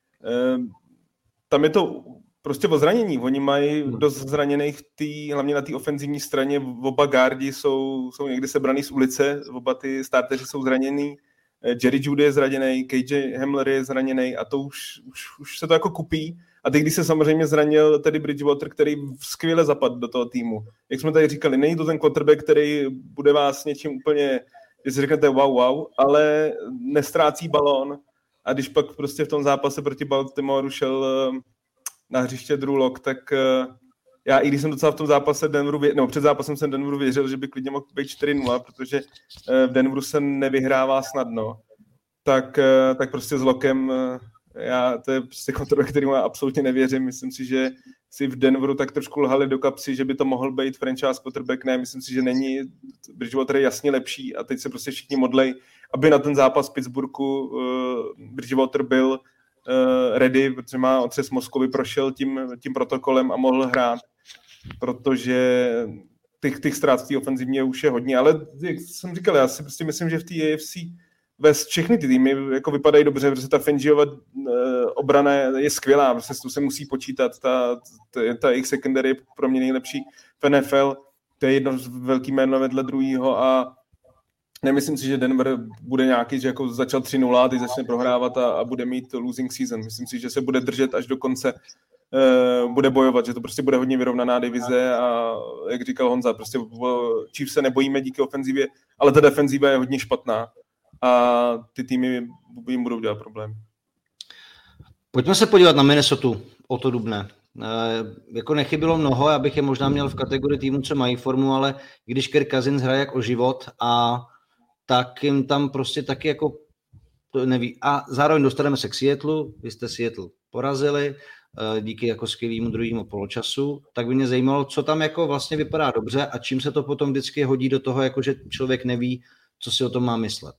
Tam je to prostě o zranění. Oni mají dost zraněných, hlavně na té ofenzivní straně. Oba gardi jsou někdy sebraný z ulice, oba ty starteři jsou zraněný. Jerry Jeudy je zraněný, KJ Hamler je zraněný a to už se to jako kupí. A teď, když se samozřejmě zranil Teddy Bridgewater, který skvěle zapadl do toho týmu. Jak jsme tady říkali, není to ten quarterback, který bude vás něčím úplně, že si řeknete wow, ale nestrácí balón. A když pak prostě v tom zápase proti Baltimoreu šel na hřiště Drew Lock, tak já, i když jsem docela v tom zápase před zápasem jsem Denveru věřil, že by klidně mohl být 4-0, protože v Denveru se nevyhrává snadno, tak prostě s Lockem, to je prostě quarterback, kterýmu já absolutně nevěřím. Myslím si, že si v Denveru tak trošku lhali do kapsy, že by to mohl být franchise quarterback. Ne, myslím si, že není. Bridgewater je jasně lepší a teď se prostě všichni modlej, aby na ten zápas v Pittsburghu Bridgewater byl ready, protože má otřes mozku, prošel tím protokolem a mohl hrát, protože těch ztrát v té ofenzivně už je hodně, ale jak jsem říkal, já si prostě myslím, že v té AFC všechny ty týmy jako vypadají dobře, protože ta Fangiova obrana je skvělá, prostě tu se musí počítat, ta jejich secondary je pro mě nejlepší v NFL, to je jedno velký jméno vedle druhého a nemyslím si, že Denver bude nějaký, že jako začal 3-0 a teď začne prohrávat a bude mít losing season. Myslím si, že se bude držet až do konce, bude bojovat, že to prostě bude hodně vyrovnaná divize a jak říkal Honza, prostě Chiefs se nebojíme díky ofenzivě, ale ta defenziva je hodně špatná a ty týmy jim budou dělat problém. Pojďme se podívat na Minnesotu o to dubné. Jako nechybilo mnoho, abych je možná měl v kategorii týmu, co mají formu, ale když Kirk Cousins hraje jak o život a tak jim tam prostě taky jako to neví. A zároveň dostaneme se k Seattleu, vy jste Seattle porazili díky jako skvělému druhému poločasu, tak by mě zajímalo, co tam jako vlastně vypadá dobře a čím se to potom vždycky hodí do toho, jako že člověk neví, co si o tom má myslet.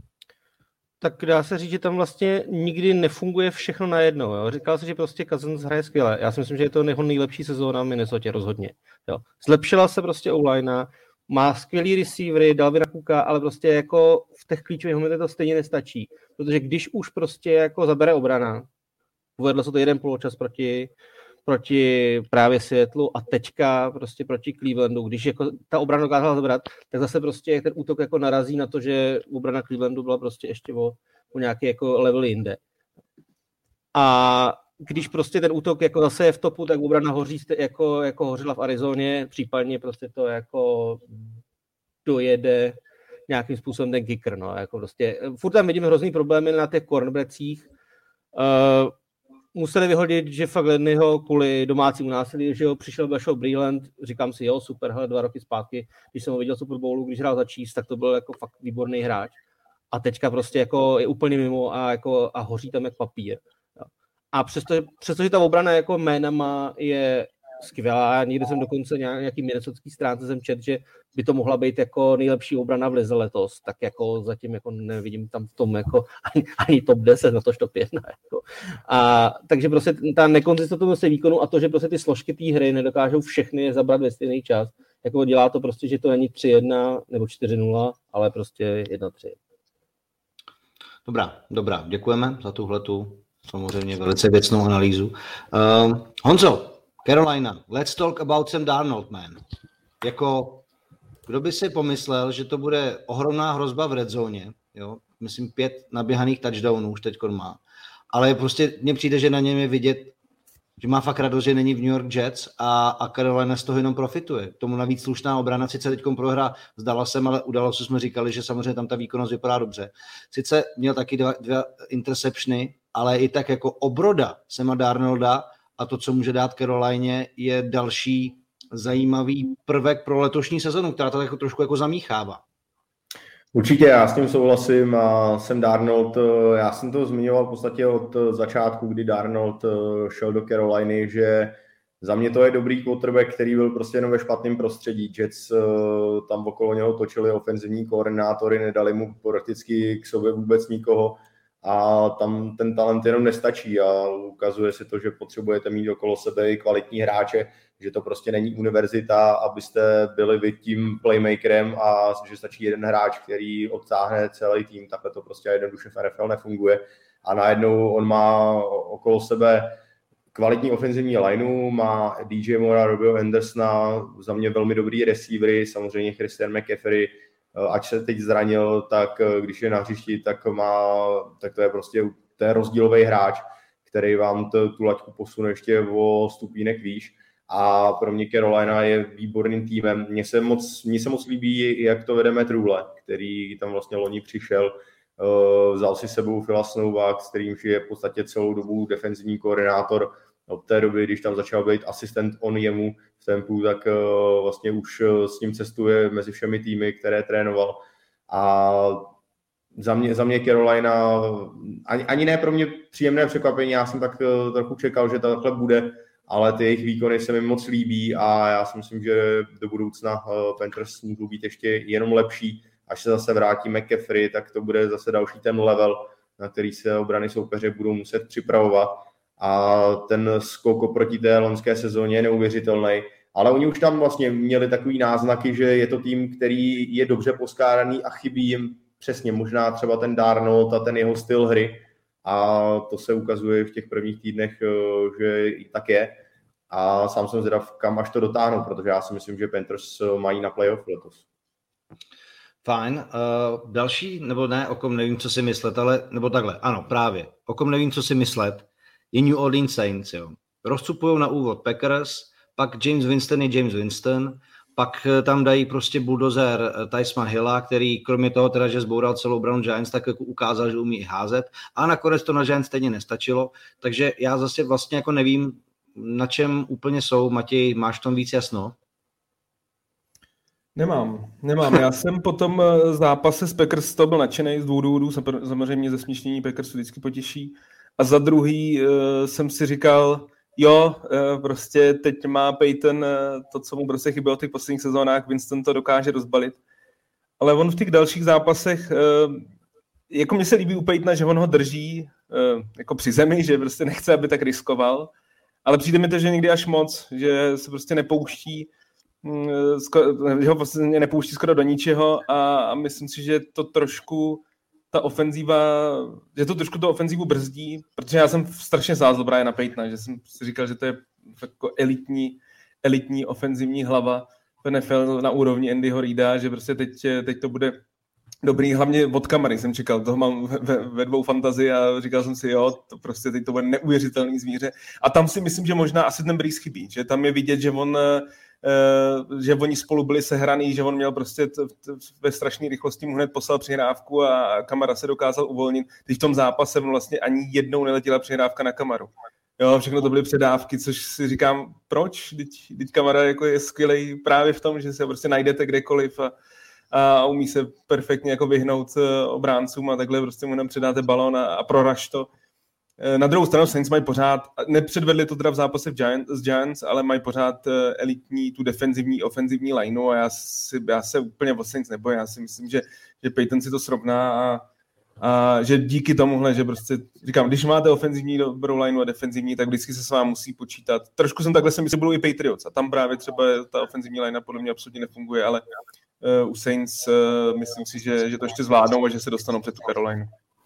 Tak dá se říct, že tam vlastně nikdy nefunguje všechno najednou. Jo. Říkal se, že prostě Cousins hraje skvěle. Já si myslím, že je to jeho nejlepší sezóna v Minnesotě rozhodně. Jo. Zlepšila se prostě O-line, má skvělý receivery, Dalvina Cooka, ale prostě jako v těch klíčových momentech to stejně nestačí. Protože když už prostě jako zabere obrana, povedlo se to jeden poločas proti právě Seattleu a teďka prostě proti Clevelandu, když jako ta obrana dokázala zabrat, tak zase prostě ten útok jako narazí na to, že obrana Clevelandu byla prostě ještě o nějaký jako level jinde. A když prostě ten útok jako zase je v topu, tak obrana hoří jako hořila v Arizoně, případně prostě to jako dojede nějakým způsobem ten kicker, no, jako prostě furt tam vidím hrozný problémy na těch cornerbackích. Museli vyhodit Jeffa Gladneyho kvůli domácímu násilí, že jo, přišel Bashal Breeland, říkám si, jo, super, hele, 2 roky zpátky, když jsem ho viděl Super Bowlu, když hrál za Chiefs, tak to byl jako fakt výborný hráč. A teďka prostě jako je úplně mimo a hoří tam jak papír. Jo. A přestože ta obrana jako jménama je skvělá, někde jsem dokonce nějaký minnesotský stránce jsem četl, že by to mohla být jako nejlepší obrana v lize letos, tak jako zatím jako nevidím tam v tom jako ani top 10, na to top 1. Jako. A takže prostě ta nekonzistentnost výkonu a to, že prostě ty složky té hry nedokážou všechny zabrat ve stejný čas, jako dělá to prostě, že to není 3-1 nebo 4-0, ale prostě 1-3. Dobrá, děkujeme za tuhletu samozřejmě velice věcnou analýzu. Honzo, Carolina, let's talk about Sam Darnold, man. Jako, kdo by si pomyslel, že to bude ohromná hrozba v red zóně, jo? Myslím 5 naběhaných touchdownů už teďkon má. Ale prostě mně přijde, že na něm je vidět, že má fakt radost, že není v New York Jets a Carolina z toho jenom profituje. Tomu navíc slušná obrana, sice teďkon prohra s Dallasem, ale u Dallasu jsme říkali, že samozřejmě tam ta výkonnost vypadá dobře. Sice měl taky 2 interceptiony, ale i tak jako obroda Sama Darnolda a to, co může dát Carolině, je další zajímavý prvek pro letošní sezonu, která to jako trošku jako zamíchává. Určitě, já s tím souhlasím a Sam Darnold, já jsem to zmiňoval v podstatě od začátku, kdy Darnold šel do Caroliny, že za mě to je dobrý quarterback, který byl prostě jenom ve špatném prostředí. Jets tam okolo něho točili ofenzivní koordinátory, nedali mu prakticky k sobě vůbec nikoho a tam ten talent jenom nestačí a ukazuje se to, že potřebujete mít okolo sebe i kvalitní hráče, že to prostě není univerzita, abyste byli vy tím playmakerem a že stačí jeden hráč, který odtáhne celý tým, takhle to prostě jednoduše v NFL nefunguje a najednou on má okolo sebe kvalitní ofenzivní lineu, má DJ Moora, Robbieho Andersona, za mě velmi dobrý receivery, samozřejmě Christian McCaffrey, ať se teď zranil, tak když je na hřišti, tak to je prostě to je rozdílový hráč, který vám tu laťku posune ještě o stupínek výš. A pro mě Carolina je výborným týmem. Mně se moc líbí, jak to vede Matt Rhule, který tam vlastně loni přišel, vzal si sebou Phila Snowbacka, s kterým je v podstatě celou dobu defenzivní koordinátor. Od té doby, když tam začal být asistent on jemu v tempu, tak vlastně už s ním cestuje mezi všemi týmy, které trénoval. A za mě Carolina, ani ne pro mě příjemné překvapení, já jsem tak trochu čekal, že to takhle bude, ale ty jejich výkony se mi moc líbí a já si myslím, že do budoucna Panthers můžou být ještě jenom lepší. Až se zase vrátí McCaffrey, tak to bude zase další ten level, na který se obrany soupeře budou muset připravovat. A ten skok oproti té loňské sezóně je neuvěřitelný. Ale oni už tam vlastně měli takový náznaky, že je to tým, který je dobře poskládaný a chybí jim přesně možná třeba ten Darnold a ten jeho styl hry. A to se ukazuje v těch prvních týdnech, že i tak je. A sám jsem zvědav, kam až to dotáhnou, protože já si myslím, že Panthers mají na playoff letos. Fajn. Další, nebo ne, o kom nevím, co si myslet, ale, nebo takhle, ano, právě. O kom nevím, co si myslet, je New Orleans Saints, jo. Rozcupujou na úvod Packers, pak James Winston je James Winston, pak tam dají prostě bulldozer Tysona Hilla, který kromě toho teda, že zboural celou obranu Giants, tak jako ukázal, že umí i házet a nakonec to na Giants stejně nestačilo, takže já zase vlastně jako nevím, na čem úplně jsou. Matěj, máš v tom víc jasno? Nemám. Já jsem po tom zápase s Packers to byl nadšenej z dvou důvodů, samozřejmě ze smíštění Packers vždycky potěší. A za druhý jsem si říkal, prostě teď má Peyton to, co mu prostě chybělo v těch posledních sezónách, Winston to dokáže rozbalit. Ale on v těch dalších zápasech, jako mně se líbí u Peytona, že on ho drží jako při zemi, že prostě nechce, aby tak riskoval, ale přijde mi to, že někdy až moc, že se prostě nepouští, že ho prostě nepouští skoro do ničeho a myslím si, že to trošku ta ofenzíva, že to trošku tu ofenzívu brzdí, protože já jsem strašně sázl Briana Peytona, že jsem si říkal, že to je jako elitní ofenzivní hlava v NFL na úrovni Andyho Reida, že prostě teď to bude dobrý, hlavně od kamery jsem čekal, toho mám ve dvou fantazii a říkal jsem si, to prostě teď to bude neuvěřitelný zvíře. A tam si myslím, že možná asi ten Brees chybí, že tam je vidět, že oni spolu byli sehraný, že on měl prostě ve strašné rychlosti mu hned poslal přihrávku a Kamara se dokázal uvolnit. Teď v tom zápase vlastně ani jednou neletěla přihrávka na Kamaru. Jo, všechno to byly předávky, což si říkám, proč? Teď Kamara jako je skvělej právě v tom, že se prostě najdete kdekoliv a umí se perfektně jako vyhnout obráncům a takhle prostě mu nám předáte balón a proraž to. Na druhou stranu Saints mají pořád, nepředvedli to teda v zápase s Giants, ale mají pořád elitní, tu defenzivní, ofenzivní lineu a já se úplně o Saints nebojím. Já si myslím, že Peyton si to srovná a že díky tomuhle, že prostě, říkám, když máte ofenzivní dobrou lineu a defenzivní, tak vždycky se s vámi musí počítat. Trošku jsem takhle si myslím, že budou i Patriots a tam právě třeba ta ofenzivní linea podle mě absolutně nefunguje, ale u Saints myslím si, že to ještě zvládnou a že se dostanou před tu Carolinu.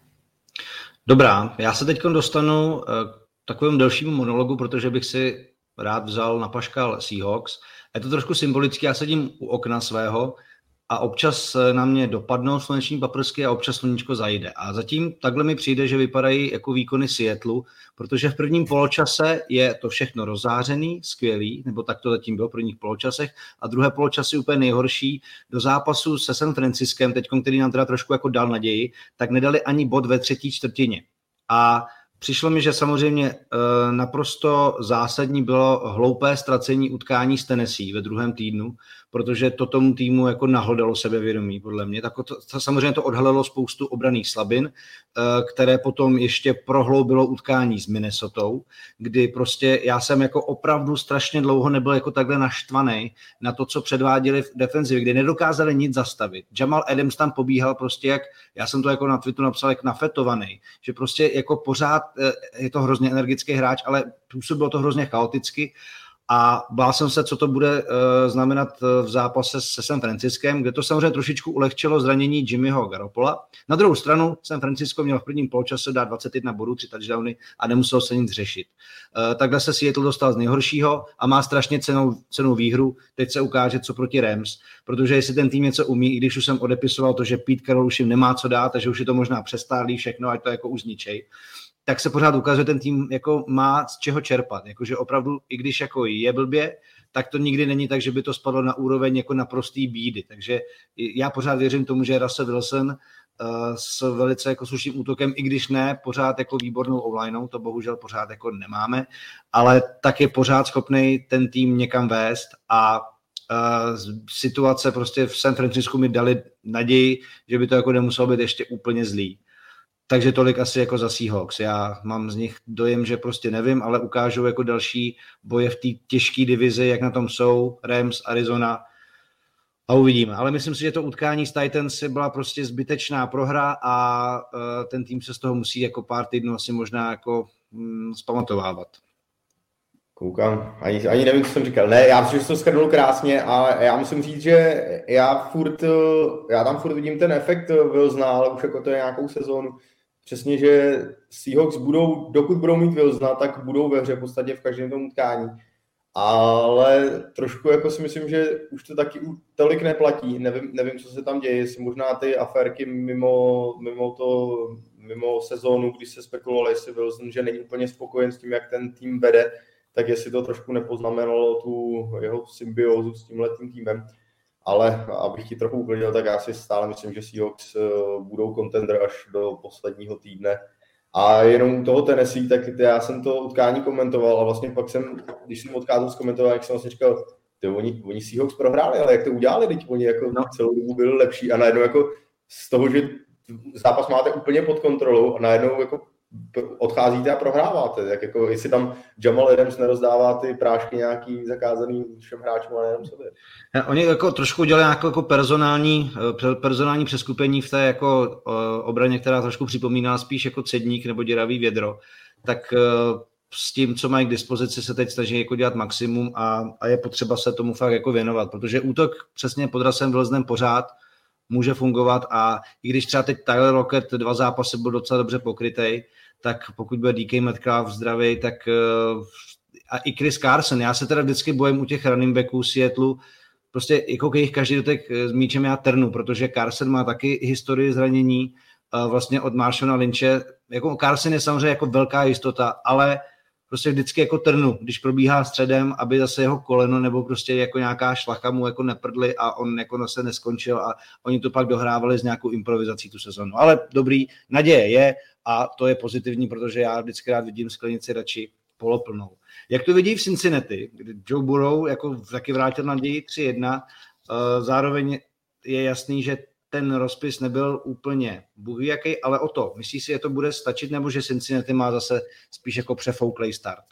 Dobrá, já se teď dostanu k takovému delšímu monologu, protože bych si rád vzal na paškal Seahawks. Je to trošku symbolické, já sedím u okna svého a občas na mě dopadnou sluneční paprsky a občas sluníčko zajde. A zatím takhle mi přijde, že vypadají jako výkony Seattlu, protože v prvním poločase je to všechno rozzářený, skvělý, nebo tak to zatím bylo v prvních poločasech, a druhé poločasy úplně nejhorší. Do zápasu se San Franciskem, teď, který nám teda trošku jako dal naději, tak nedali ani bod ve třetí čtvrtině. A Přišlo mi, že samozřejmě naprosto zásadní bylo hloupé ztracení utkání s Tennessee ve druhém týdnu, protože to tomu týmu jako nahlodalo sebevědomí, podle mě. Tak samozřejmě to odhalilo spoustu obranných slabin, které potom ještě prohloubilo utkání s Minnesotou, kdy prostě já jsem jako opravdu strašně dlouho nebyl jako takhle naštvaný na to, co předváděli v defenzivě, kdy nedokázali nic zastavit. Jamal Adams tam pobíhal prostě jak, já jsem to jako na Twitteru napsal, jak nafetovaný, že prostě jako pořád je to hrozně energický hráč, ale působilo to hrozně chaoticky a bál jsem se, co to bude znamenat v zápase se San Franciskem, kde to samozřejmě trošičku ulehčilo zranění Jimmyho Garoppola. Na druhou stranu San Francisco měl v prvním poločase dát 21 bodů, 3 touchdowny a nemusel se nic řešit. Takhle se Seattle dostal z nejhoršího a má strašně cenou výhru. Teď se ukáže, co proti Rams, protože jestli ten tým něco umí, i když už jsem odepisoval to, že Pete Carroll už jim nemá co dát, takže už je to možná přestárlý všechno, ať to jako už zničej, tak se pořád ukazuje, ten tým jako má z čeho čerpat. Jakože opravdu, i když jako je blbě, tak to nikdy není tak, že by to spadlo na úroveň jako naprostý bídy. Takže já pořád věřím tomu, že Russell Wilson s velice jako slušným útokem, i když ne pořád jako výbornou online, to bohužel pořád jako nemáme, ale tak je pořád schopný ten tým někam vést a situace prostě v San Francisku mi dali naději, že by to jako nemuselo být ještě úplně zlý. Takže tolik asi jako za Seahawks. Já mám z nich dojem, že prostě nevím, ale ukážou jako další boje v té těžké divizi, jak na tom jsou Rams, Arizona a uvidíme. Ale myslím si, že to utkání s Titans byla prostě zbytečná prohra a ten tým se z toho musí jako pár týdnů asi možná jako zpamatovávat. Koukám, ani nevím, co jsem říkal. Ne, já myslím, že to shrnul krásně a já musím říct, že já tam furt vidím ten efekt Wilsona, ale už jako to je nějakou sezónu. Přesně, že Seahawks dokud budou mít Wilsona, tak budou ve hře v podstatě v každém tom utkání. Ale trošku jako si myslím, že už to taky tolik neplatí. Nevím, co se tam děje, jestli možná ty aférky mimo sezónu, když se spekulovalo, jestli Wilson, že není úplně spokojen s tím, jak ten tým vede, tak jestli to trošku nepoznamenalo tu jeho symbiózu s tímhletím týmem. Ale abych ti trochu uklidil, tak já si stále myslím, že Seahawks budou contender až do posledního týdne. A jenom u toho Tennessee, tak já jsem to utkání komentoval a vlastně pak když jsem odcházel z komentování, jak jsem vlastně říkal, oni Seahawks prohráli, ale jak to udělali, teď oni jako celou dobu byli lepší a najednou jako z toho, že zápas máte úplně pod kontrolou a najednou jako odcházíte a prohráváte. Tak jako, jestli tam Jamal Adams nerozdává ty prášky nějaký zakázaný všem hráčům a nejenom sobě. Oni jako trošku udělali nějakou jako personální přeskupení v té jako obraně, která trošku připomíná spíš jako cedník nebo děravý vědro. Tak s tím, co mají k dispozici, se teď snaží jako dělat maximum a je potřeba se tomu fakt jako věnovat, protože útok přesně pod Russellem Wilsonem pořád může fungovat a i když třeba teď Tyler Lockett 2 zápasy byl docela dobře pokrytej, tak pokud bude DK Metcalf zdravý, tak a i Chris Carson, já se teda vždycky bojím u těch running backů Seattleu, prostě jako jich každý dotek s míčem já trnu, protože Carson má taky historii zranění vlastně od Marshalla Lynche, jako Carson je samozřejmě jako velká jistota, ale prostě vždycky jako trnu, když probíhá středem, aby zase jeho koleno nebo prostě jako nějaká šlacha mu jako neprdli a on jako se neskončil a oni to pak dohrávali s nějakou improvizací tu sezonu. Ale dobrý, naděje je a to je pozitivní, protože já vždycky rád vidím sklenici radši poloplnou. Jak to vidí v Cincinnati, kdy Joe Burrow jako taky vrátil naději 3-1, zároveň je jasný, že ten rozpis nebyl úplně bůhvíjaký, ale o to. Myslíš si, že to bude stačit, nebo že Cincinnati má zase spíš jako přefouklej start?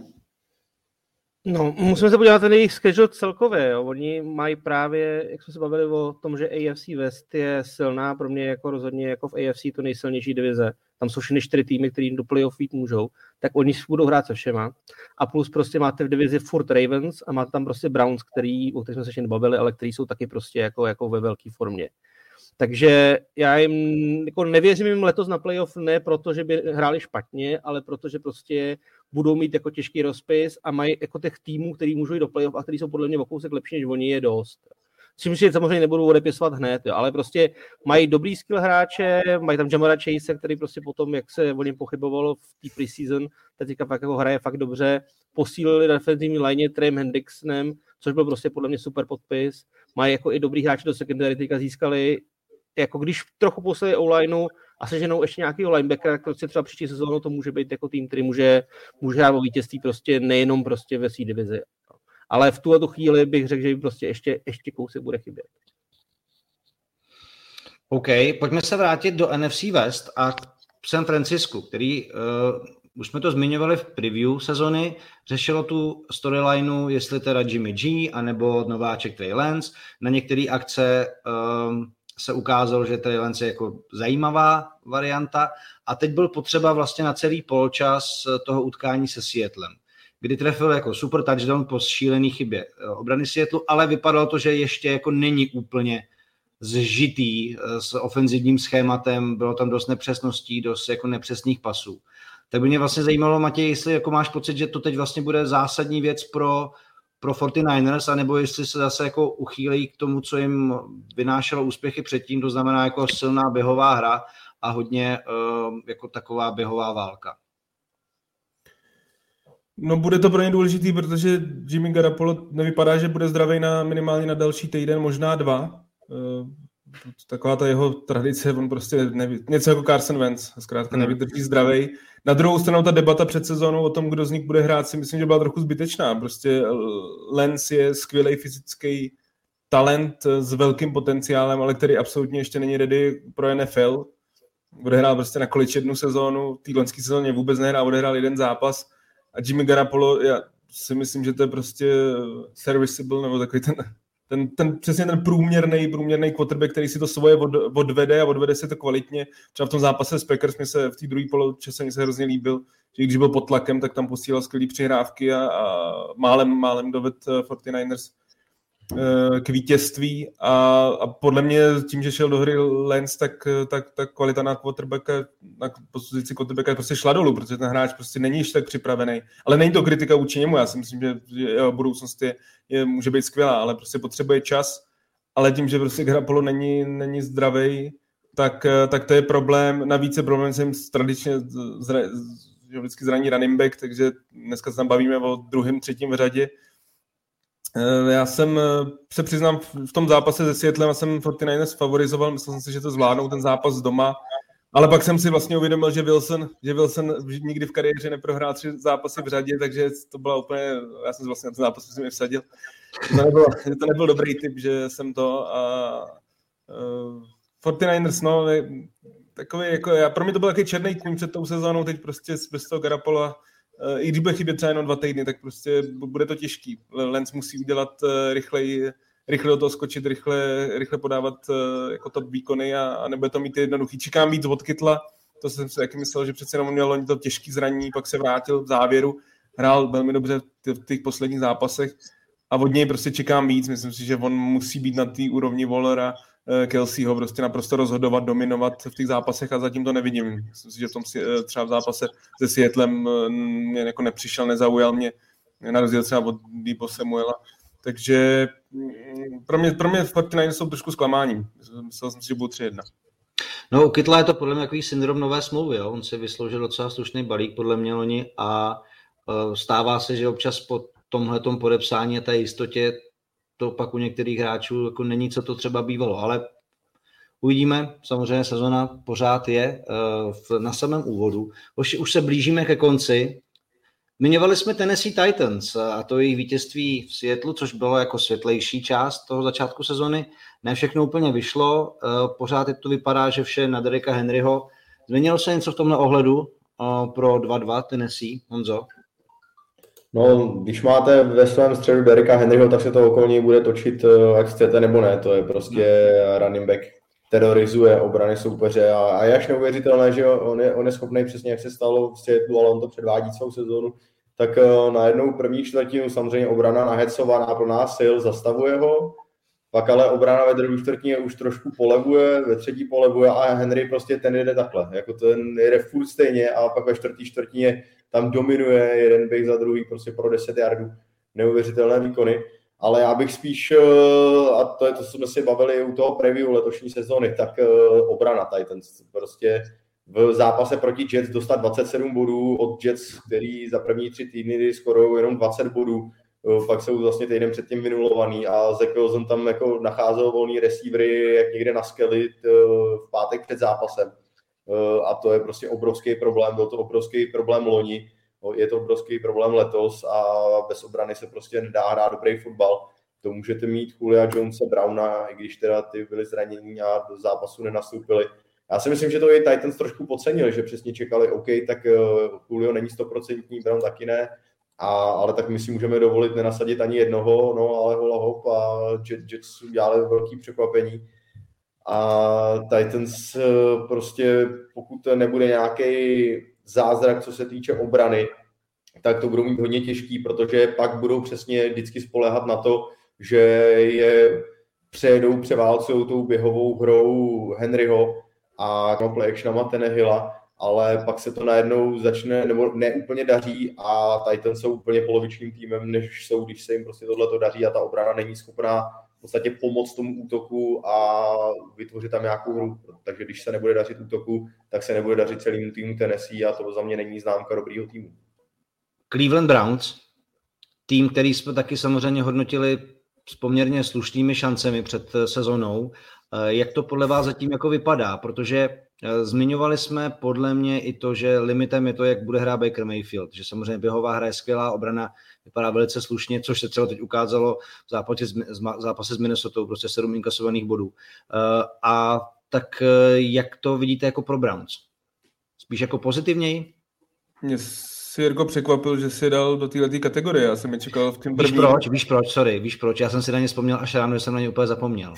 No, musíme se podívat na ten jejich schedule celkově. Jo. Oni mají právě, jak jsme se bavili o tom, že AFC West je silná, pro mě jako rozhodně jako v AFC to nejsilnější divize. Tam jsou všechny 4 týmy, který do playoff jít můžou, tak oni budou hrát se všema. A plus prostě máte v divizi furt Ravens a máte tam prostě Browns, o kterých jsme se ještě nebavili, ale který jsou taky prostě jako ve velké formě. Takže já jim jako nevěřím jim letos na playoff ne proto, že by hráli špatně, ale protože prostě budou mít jako těžký rozpis a mají jako těch týmů, který můžou jít do playoff a který jsou podle mě o kousek lepší než oni, je dost. Čím si samozřejmě nebudu odepisovat hned, jo, ale prostě mají dobrý skill hráče, mají tam Jamara Chase, který prostě potom, jak se o něm pochybovalo v té preseason, teďka fakt jako hraje fakt dobře, posílili defenzivní line Treyem Hendricksonem, což byl prostě podle mě super podpis, mají jako i dobrý hráči do secondary, teďka získali jako když trochu postaví O-lineu a seženou ještě nějakýho linebackera, tak prostě třeba příští sezónu to může být jako tým, který může hrát o vítězství prostě nejenom prostě ve své divizi. Ale v tuhle chvíli bych řekl, že jim prostě ještě kousek bude chybět. OK, pojďme se vrátit do NFC West a San Francisco, který, už jsme to zmiňovali v preview sezony, řešilo tu storylineu, jestli teda Jimmy G, anebo nováček Trey Lance. Na některé akce se ukázalo, že Trey Lance je jako zajímavá varianta a teď byl potřeba vlastně na celý poločas toho utkání se Seattlem, kdy trefil jako super touchdown po šílený chybě obrany Seattlu, ale vypadalo to, že ještě jako není úplně zžitý s ofenzivním schématem, bylo tam dost nepřesností, dost jako nepřesných pasů. Tak by mě vlastně zajímalo, Matěj, jestli jako máš pocit, že to teď vlastně bude zásadní věc pro 49ers, anebo jestli se zase jako uchýlejí k tomu, co jim vynášelo úspěchy předtím, to znamená jako silná běhová hra a hodně jako taková běhová válka. No bude to pro ně důležitý, protože Jimmy Garoppolo nevypadá, že bude zdravý minimálně na další týden, možná 2. Taková ta jeho tradice, on prostě něco jako Carson Wentz, zkrátka nevydrží zdravej. Na druhou stranu ta debata před sezónou o tom, kdo z nich bude hrát, si myslím, že byla trochu zbytečná. Prostě Lance je skvělý fyzický talent s velkým potenciálem, ale který absolutně ještě není ready pro NFL. Odehrál prostě na college 1 sezónu, v té loňské sezóně vůbec nehrál, odehrál 1 zápas. A Jimmy Garoppolo, já si myslím, že to je prostě serviceable, nebo takový přesně ten průměrný quarterback, který si to svoje odvede a odvede si to kvalitně. Třeba v tom zápase s Packers mi se v té druhé poločase mi se hrozně líbil, že když byl pod tlakem, tak tam posílal skvělý přihrávky a málem doved 49ers k vítězství a podle mě tím, že šel do hry Lance, tak kvalita na quarterbacka, na pozici quarterbacka prostě šla dolů, protože ten hráč prostě není ještě tak připravený. Ale není to kritika vůči němu, já si myslím, že jeho budoucnost může být skvělá, ale prostě potřebuje čas, ale tím, že prostě Garoppolo není zdravej, tak to je problém. Navíc je problém, že jsem tradičně vždycky zraní running back, takže dneska se tam bavíme o 2., 3. v řadě. Já jsem se přiznám v tom zápase se Seattlem a jsem 49ers favorizoval, myslel jsem si, že to zvládnou ten zápas doma, ale pak jsem si vlastně uvědomil, že Wilson nikdy v kariéře neprohrál 3 zápasy v řadě, takže to byla úplně, já jsem vlastně na ten zápas si vsadil. To nebyl dobrý tip, že jsem to a 49ers, no, takový jako pro mě to byl takový černý kůň před tou sezónou, teď prostě bez toho Garoppola. I když bude chybět třeba jenom 2 týdny, tak prostě bude to těžký. Lance musí udělat rychle do toho skočit, rychle podávat jako top výkony a nebude to mít jednoduchý. Čekám víc od Kytla, to jsem si taky myslel, že přece jenom měl to těžký zranění, pak se vrátil v závěru, hrál velmi dobře v těch posledních zápasech a od něj prostě čekám víc. Myslím si, že on musí být na té úrovni Wallera, Kelseyho prostě naprosto rozhodovat, dominovat v těch zápasech a zatím to nevidím. Myslím si, že v tom třeba v zápase se Seattlem mě jako nepřišel, nezaujal mě, na rozdíl třeba od Deebo Samuela. Takže pro mě 49ers jsou trošku zklamáním. Myslel jsem si, že budou 3-1. No u Kytla je to podle mě takový syndrom nové smlouvy. Jo? On si vysloužil docela slušný balík podle mě loni a stává se, že občas po tomhletom podepsání a té jistotě to pak u některých hráčů jako není, co to třeba bývalo, ale uvidíme, samozřejmě sezona pořád je na samém úvodu. Už se blížíme ke konci. Zmiňovali jsme Tennessee Titans a to jejich vítězství v Seattlu, což bylo jako světlejší část toho začátku sezony. Ne všechno úplně vyšlo, pořád to vypadá, že vše na Derricka Henryho. Změnilo se něco v tomhle ohledu pro 2-2 Tennessee, Honzo? No, když máte ve svém středu Derricka Henryho, tak se to okolo něj bude točit, jak chcete nebo ne. To je prostě running back, terorizuje obrany soupeře a je až neuvěřitelné, že on je schopný přesně, jak se stalo v Seattlu, ale on to předvádí svou sezónu, tak najednou první čtvrtinu samozřejmě obrana nahecovaná plná sil, zastavuje ho, pak ale obrana ve druhé čtvrtině už trošku polevuje, ve třetí polevuje a Henry prostě ten jede takhle, jako ten jede furt stejně a pak ve čtvrtý čtvrtině tam dominuje jeden běh za druhý prostě pro 10 yardů, neuvěřitelné výkony. Ale já bych spíš, a to je to, co jsme si bavili u toho preview letošní sezóny, tak obrana Titans. Prostě v zápase proti Jets dostat 27 bodů od Jets, který za první 3 týdny skoro jenom 20 bodů. pak jsou vlastně týden předtím vynulovaný a Zach Wilson tam jako nacházel volný receivery jak někde na skelit v pátek před zápasem. A to je prostě obrovský problém, byl to obrovský problém loni, je to obrovský problém letos a bez obrany se prostě nedá hrát dobrý fotbal. To můžete mít Julia Jonese, Browna, i když teda ty byli zranění a do zápasu nenastoupili. Já si myslím, že to i Titans trošku podcenili, že přesně čekali, OK, tak Julio není 100%, Brown taky ne, ale tak my si můžeme dovolit nenasadit ani jednoho, no ale hola hop a Jets udělali velký překvapení. A Titans prostě, pokud nebude nějaký zázrak, co se týče obrany, tak to budou mít hodně těžký, protože pak budou přesně vždycky spoléhat na to, že je převálcují tou běhovou hrou Henryho a play actionama Tannehilla, ale pak se to najednou začne, nebo ne úplně daří a Titans jsou úplně polovičním týmem, než jsou, když se jim prostě tohleto daří a ta obrana není schopná v podstatě pomoct tomu útoku a vytvořit tam nějakou hru. Takže když se nebude dařit útoku, tak se nebude dařit celému týmu Tennessee a to za mě není známka dobrýho týmu. Cleveland Browns, tým, který jsme taky samozřejmě hodnotili s poměrně slušnými šancemi před sezónou. Jak to podle vás zatím jako vypadá? Protože zmiňovali jsme podle mě i to, že limitem je to, jak bude hrát Baker Mayfield. Že samozřejmě běhová hra je skvělá, obrana vypadá velice slušně, což se třeba teď ukázalo v zápase s Minnesotou, prostě 7 inkasovaných bodů. A tak jak to vidíte jako pro Browns? Spíš jako pozitivněji? Mě si Jirko překvapil, že si dal do této kategorie. Já jsem je čekal v tím prvním. Víš proč? Já jsem si na ně vzpomněl až ráno, že jsem na ně úplně zapomněl.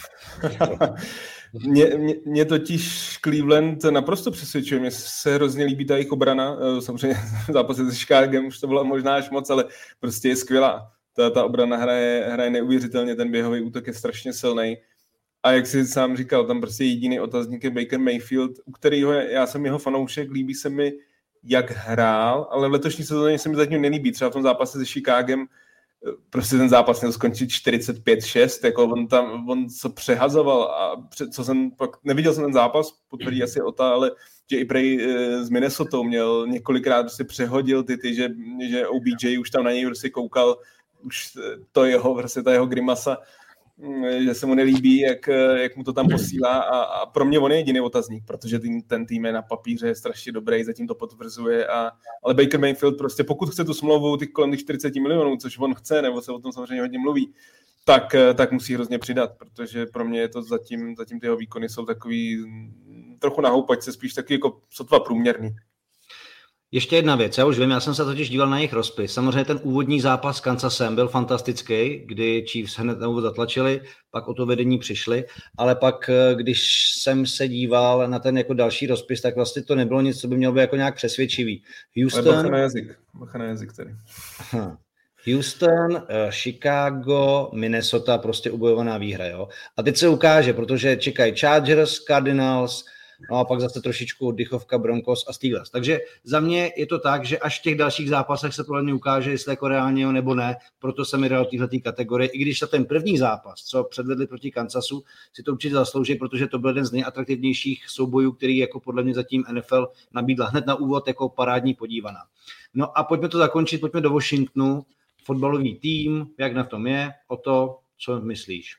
Mě totiž Cleveland naprosto přesvědčuje. Mně se hrozně líbí ta jejich obrana. Samozřejmě v zápase se Chicagem už to bylo možná až moc, ale prostě je skvělá. Ta obrana hraje neuvěřitelně, ten běhový útok je strašně silný. A jak jsi sám říkal, tam prostě jediný otazník je Baker Mayfield, u kterého já jsem jeho fanoušek, líbí se mi, jak hrál, ale v letošní sezóně se mi zatím nelíbí. Třeba v tom zápase se Chicagem prostě ten zápas měl skončit 45-6, jako on se přehazoval a neviděl jsem ten zápas, potvrdí asi Ota, ale že i prej s Minnesotou měl několikrát prostě přehodil že OBJ už tam na něj prostě koukal, už to jeho, prostě ta jeho grimasa, že se mu nelíbí, jak mu to tam posílá a pro mě on je jediný otazník, protože ten tým je na papíře je strašně dobrý, zatím to potvrzuje, ale Baker Mayfield prostě pokud chce tu smlouvu kolem těch 40 milionů, což on chce, nebo se o tom samozřejmě hodně mluví, tak musí hrozně přidat, protože pro mě je to zatím ty jeho výkony jsou takový trochu na houpačce, spíš taky jako sotva průměrný. Ještě jedna věc, já už vím, já jsem se totiž díval na jejich rozpis. Samozřejmě ten úvodní zápas s Kansasem byl fantastický, kdy Chiefs hned na úvod zatlačili, pak o to vedení přišli, ale pak, když jsem se díval na ten jako další rozpis, tak vlastně to nebylo nic, co by mělo být jako nějak přesvědčivý. Bacha na jazyk tady. Houston, Chicago, Minnesota, prostě ubojovaná výhra, jo. A teď se ukáže, protože čekají Chargers, Cardinals, no a pak zase trošičku oddychovka Broncos a Steelers. Takže za mě je to tak, že až v těch dalších zápasech se podle mě ukáže, jestli jako reálně nebo ne, proto jsem mi dal této kategorie, i když ten první zápas, co předvedli proti Kansasu, si to určitě zaslouží, protože to byl jeden z nejatraktivnějších soubojů, který jako podle mě zatím NFL nabídla hned na úvod jako parádní podívaná. No a pojďme to zakončit, pojďme do Washingtonu, fotbalový tým, jak na tom je, o to, co myslíš?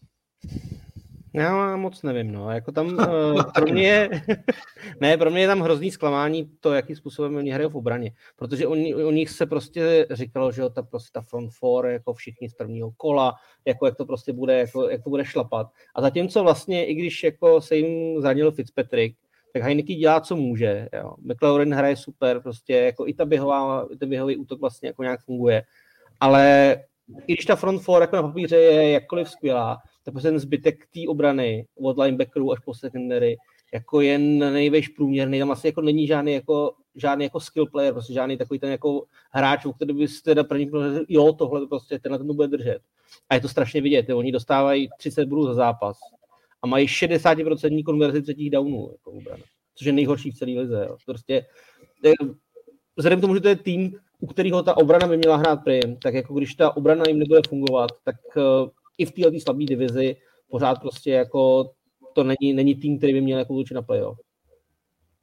Já moc nevím, no, jako tam pro mě je tam hrozný zklamání to, jakým způsobem oni hrajou v obraně, protože o nich se prostě říkalo, že ta front four, jako všichni z prvního kola, jako jak to prostě bude, jak to bude šlapat. A zatímco vlastně, i když jako se jim zranil Fitzpatrick, tak Heineke dělá, co může, jo. McLaurin hraje super, prostě jako i ten běhový útok vlastně jako nějak funguje, ale i když ta front four jako na papíře je jakkoliv skvělá, tak prostě ten zbytek té obrany od linebackerů až po secondary jako je nejvíc průměrný, tam asi jako není žádný jako skill player, prostě žádný takový ten jako hráč, o který byste teda první jo, tohle prostě tenhle ten bude držet. A je to strašně vidět, oni dostávají 30 bodů za zápas a mají 60% konverzi třetích downů jako obrana, což je nejhorší v celé lize. Jo. Prostě vzhledem k tomu, že to je tým, u kterého ta obrana by měla hrát prim, tak jako když ta obrana jim nebude fungovat, tak i v této slabé divizi pořád prostě jako to není tým, který by měl jako vůči na playoff.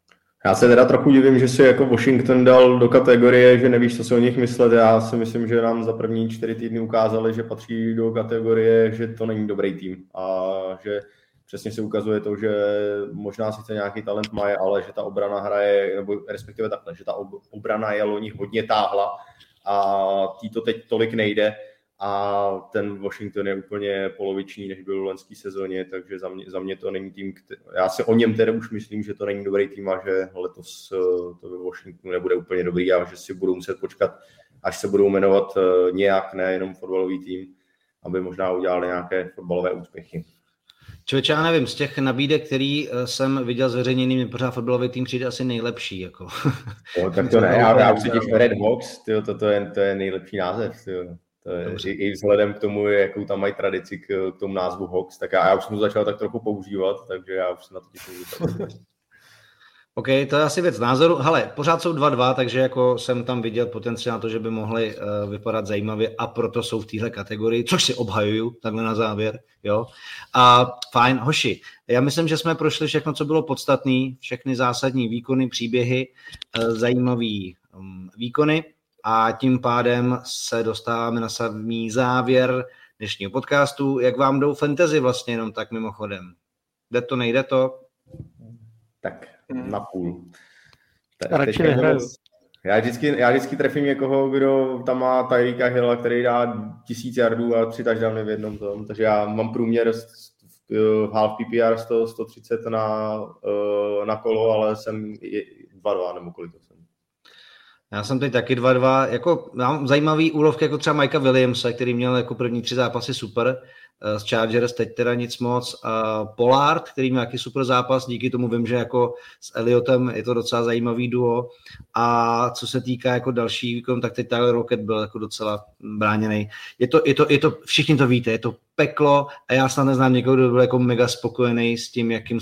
Já se teda trochu divím, že si jako Washington dal do kategorie, že nevíš, co si o nich myslet. Já si myslím, že nám za první 4 týdny ukázali, že patří do kategorie, že to není dobrý tým a že přesně se ukazuje to, že možná sice nějaký talent mají, ale že ta obrana hraje, nebo respektive takhle, že ta obrana je loni hodně táhla a tý to teď tolik nejde a ten Washington je úplně poloviční, než byl v loňské sezóně, takže za mě to není tým, já si o něm teda už myslím, že to není dobrý tým a že letos to ve Washingtonu nebude úplně dobrý a že si budou muset počkat, až se budou jmenovat nějak, nejenom fotbalový tým, aby možná udělali nějaké fotbalové úspěchy. Člověče, já nevím, z těch nabídek, který jsem viděl zveřejněný, mi pořád fotbalový tým přijde asi nejlepší. Jako. No, tak to ne, já už si těch Red Hawks, to je nejlepší název. To je, i vzhledem k tomu, jakou tam mají tradici k tomu názvu Hawks, tak já už jsem to začal tak trochu používat, takže já už se na to těším. OK, to je asi věc názoru. Hele, pořád jsou 2-2, takže jako jsem tam viděl potenciál na to, že by mohli vypadat zajímavě a proto jsou v téhle kategorii, což si obhajuju takhle na závěr. Jo? A fajn, hoši, já myslím, že jsme prošli všechno, co bylo podstatné, všechny zásadní výkony, příběhy, zajímavý výkony a tím pádem se dostáváme na samý závěr dnešního podcastu. Jak vám jdou fantasy vlastně jenom tak mimochodem? Jde to, nejde to? Tak na půl. Radši nehraju. Já vždycky trefím někoho, kdo tam má Tyreeka Hilla, který dá 1000 yardů a 3 touchdowny v jednom tom. Takže já mám průměr half PPR 130 na kolo, ale jsem 2-2 nebo kolik to jsem. Já jsem teď taky 2-2. Jako, mám zajímavý úlovky, jako třeba Mikea Williamse, který měl jako první 3 zápasy super. Z Chargers teď teda nic moc. Pollard, který měl jaký super zápas, díky tomu vím, že jako s Elliotem je to docela zajímavý duo. A co se týká jako další výkon, tak teď Tyler Lockett byl jako docela bráněný. Je to, všichni to víte, je to peklo a já snad neznám někoho, kdo byl jako mega spokojený s tím, jakým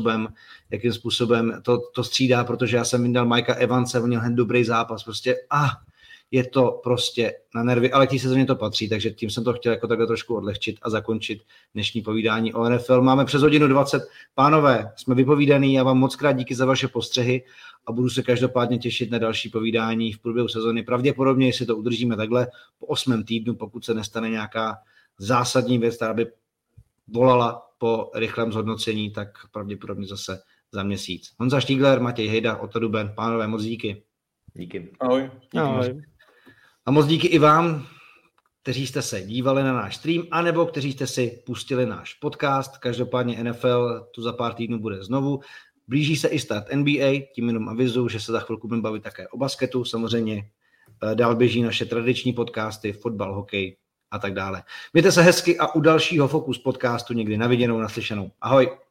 způsobem to střídá, protože já jsem vydal Mikea Evanse, on měl hned dobrý zápas, prostě je to prostě na nervy, ale té sezóně to patří, takže tím jsem to chtěl jako takhle trošku odlehčit a zakončit dnešní povídání o NFL. Máme přes 1:20. Pánové, jsme vypovídaný, já vám moc krát díky za vaše postřehy a budu se každopádně těšit na další povídání v průběhu sezóny. Pravděpodobně, jestli to udržíme takhle po 8. týdnu, pokud se nestane nějaká zásadní věc, která by volala po rychlém zhodnocení, tak pravděpodobně zase za měsíc. Honza Štígler, Matěj Hejda, Otto Duben. Pánové, moc díky. Díky. Ahoj. Ahoj. A moc díky i vám, kteří jste se dívali na náš stream, anebo kteří jste si pustili náš podcast. Každopádně NFL tu za pár týdnů bude znovu. Blíží se i start NBA, tím jenom avizuju, že se za chvilku budeme bavit také o basketu. Samozřejmě dál běží naše tradiční podcasty, fotbal, hokej a tak dále. Mějte se hezky a u dalšího Focus podcastu někdy na viděnou, naslyšenou. Ahoj.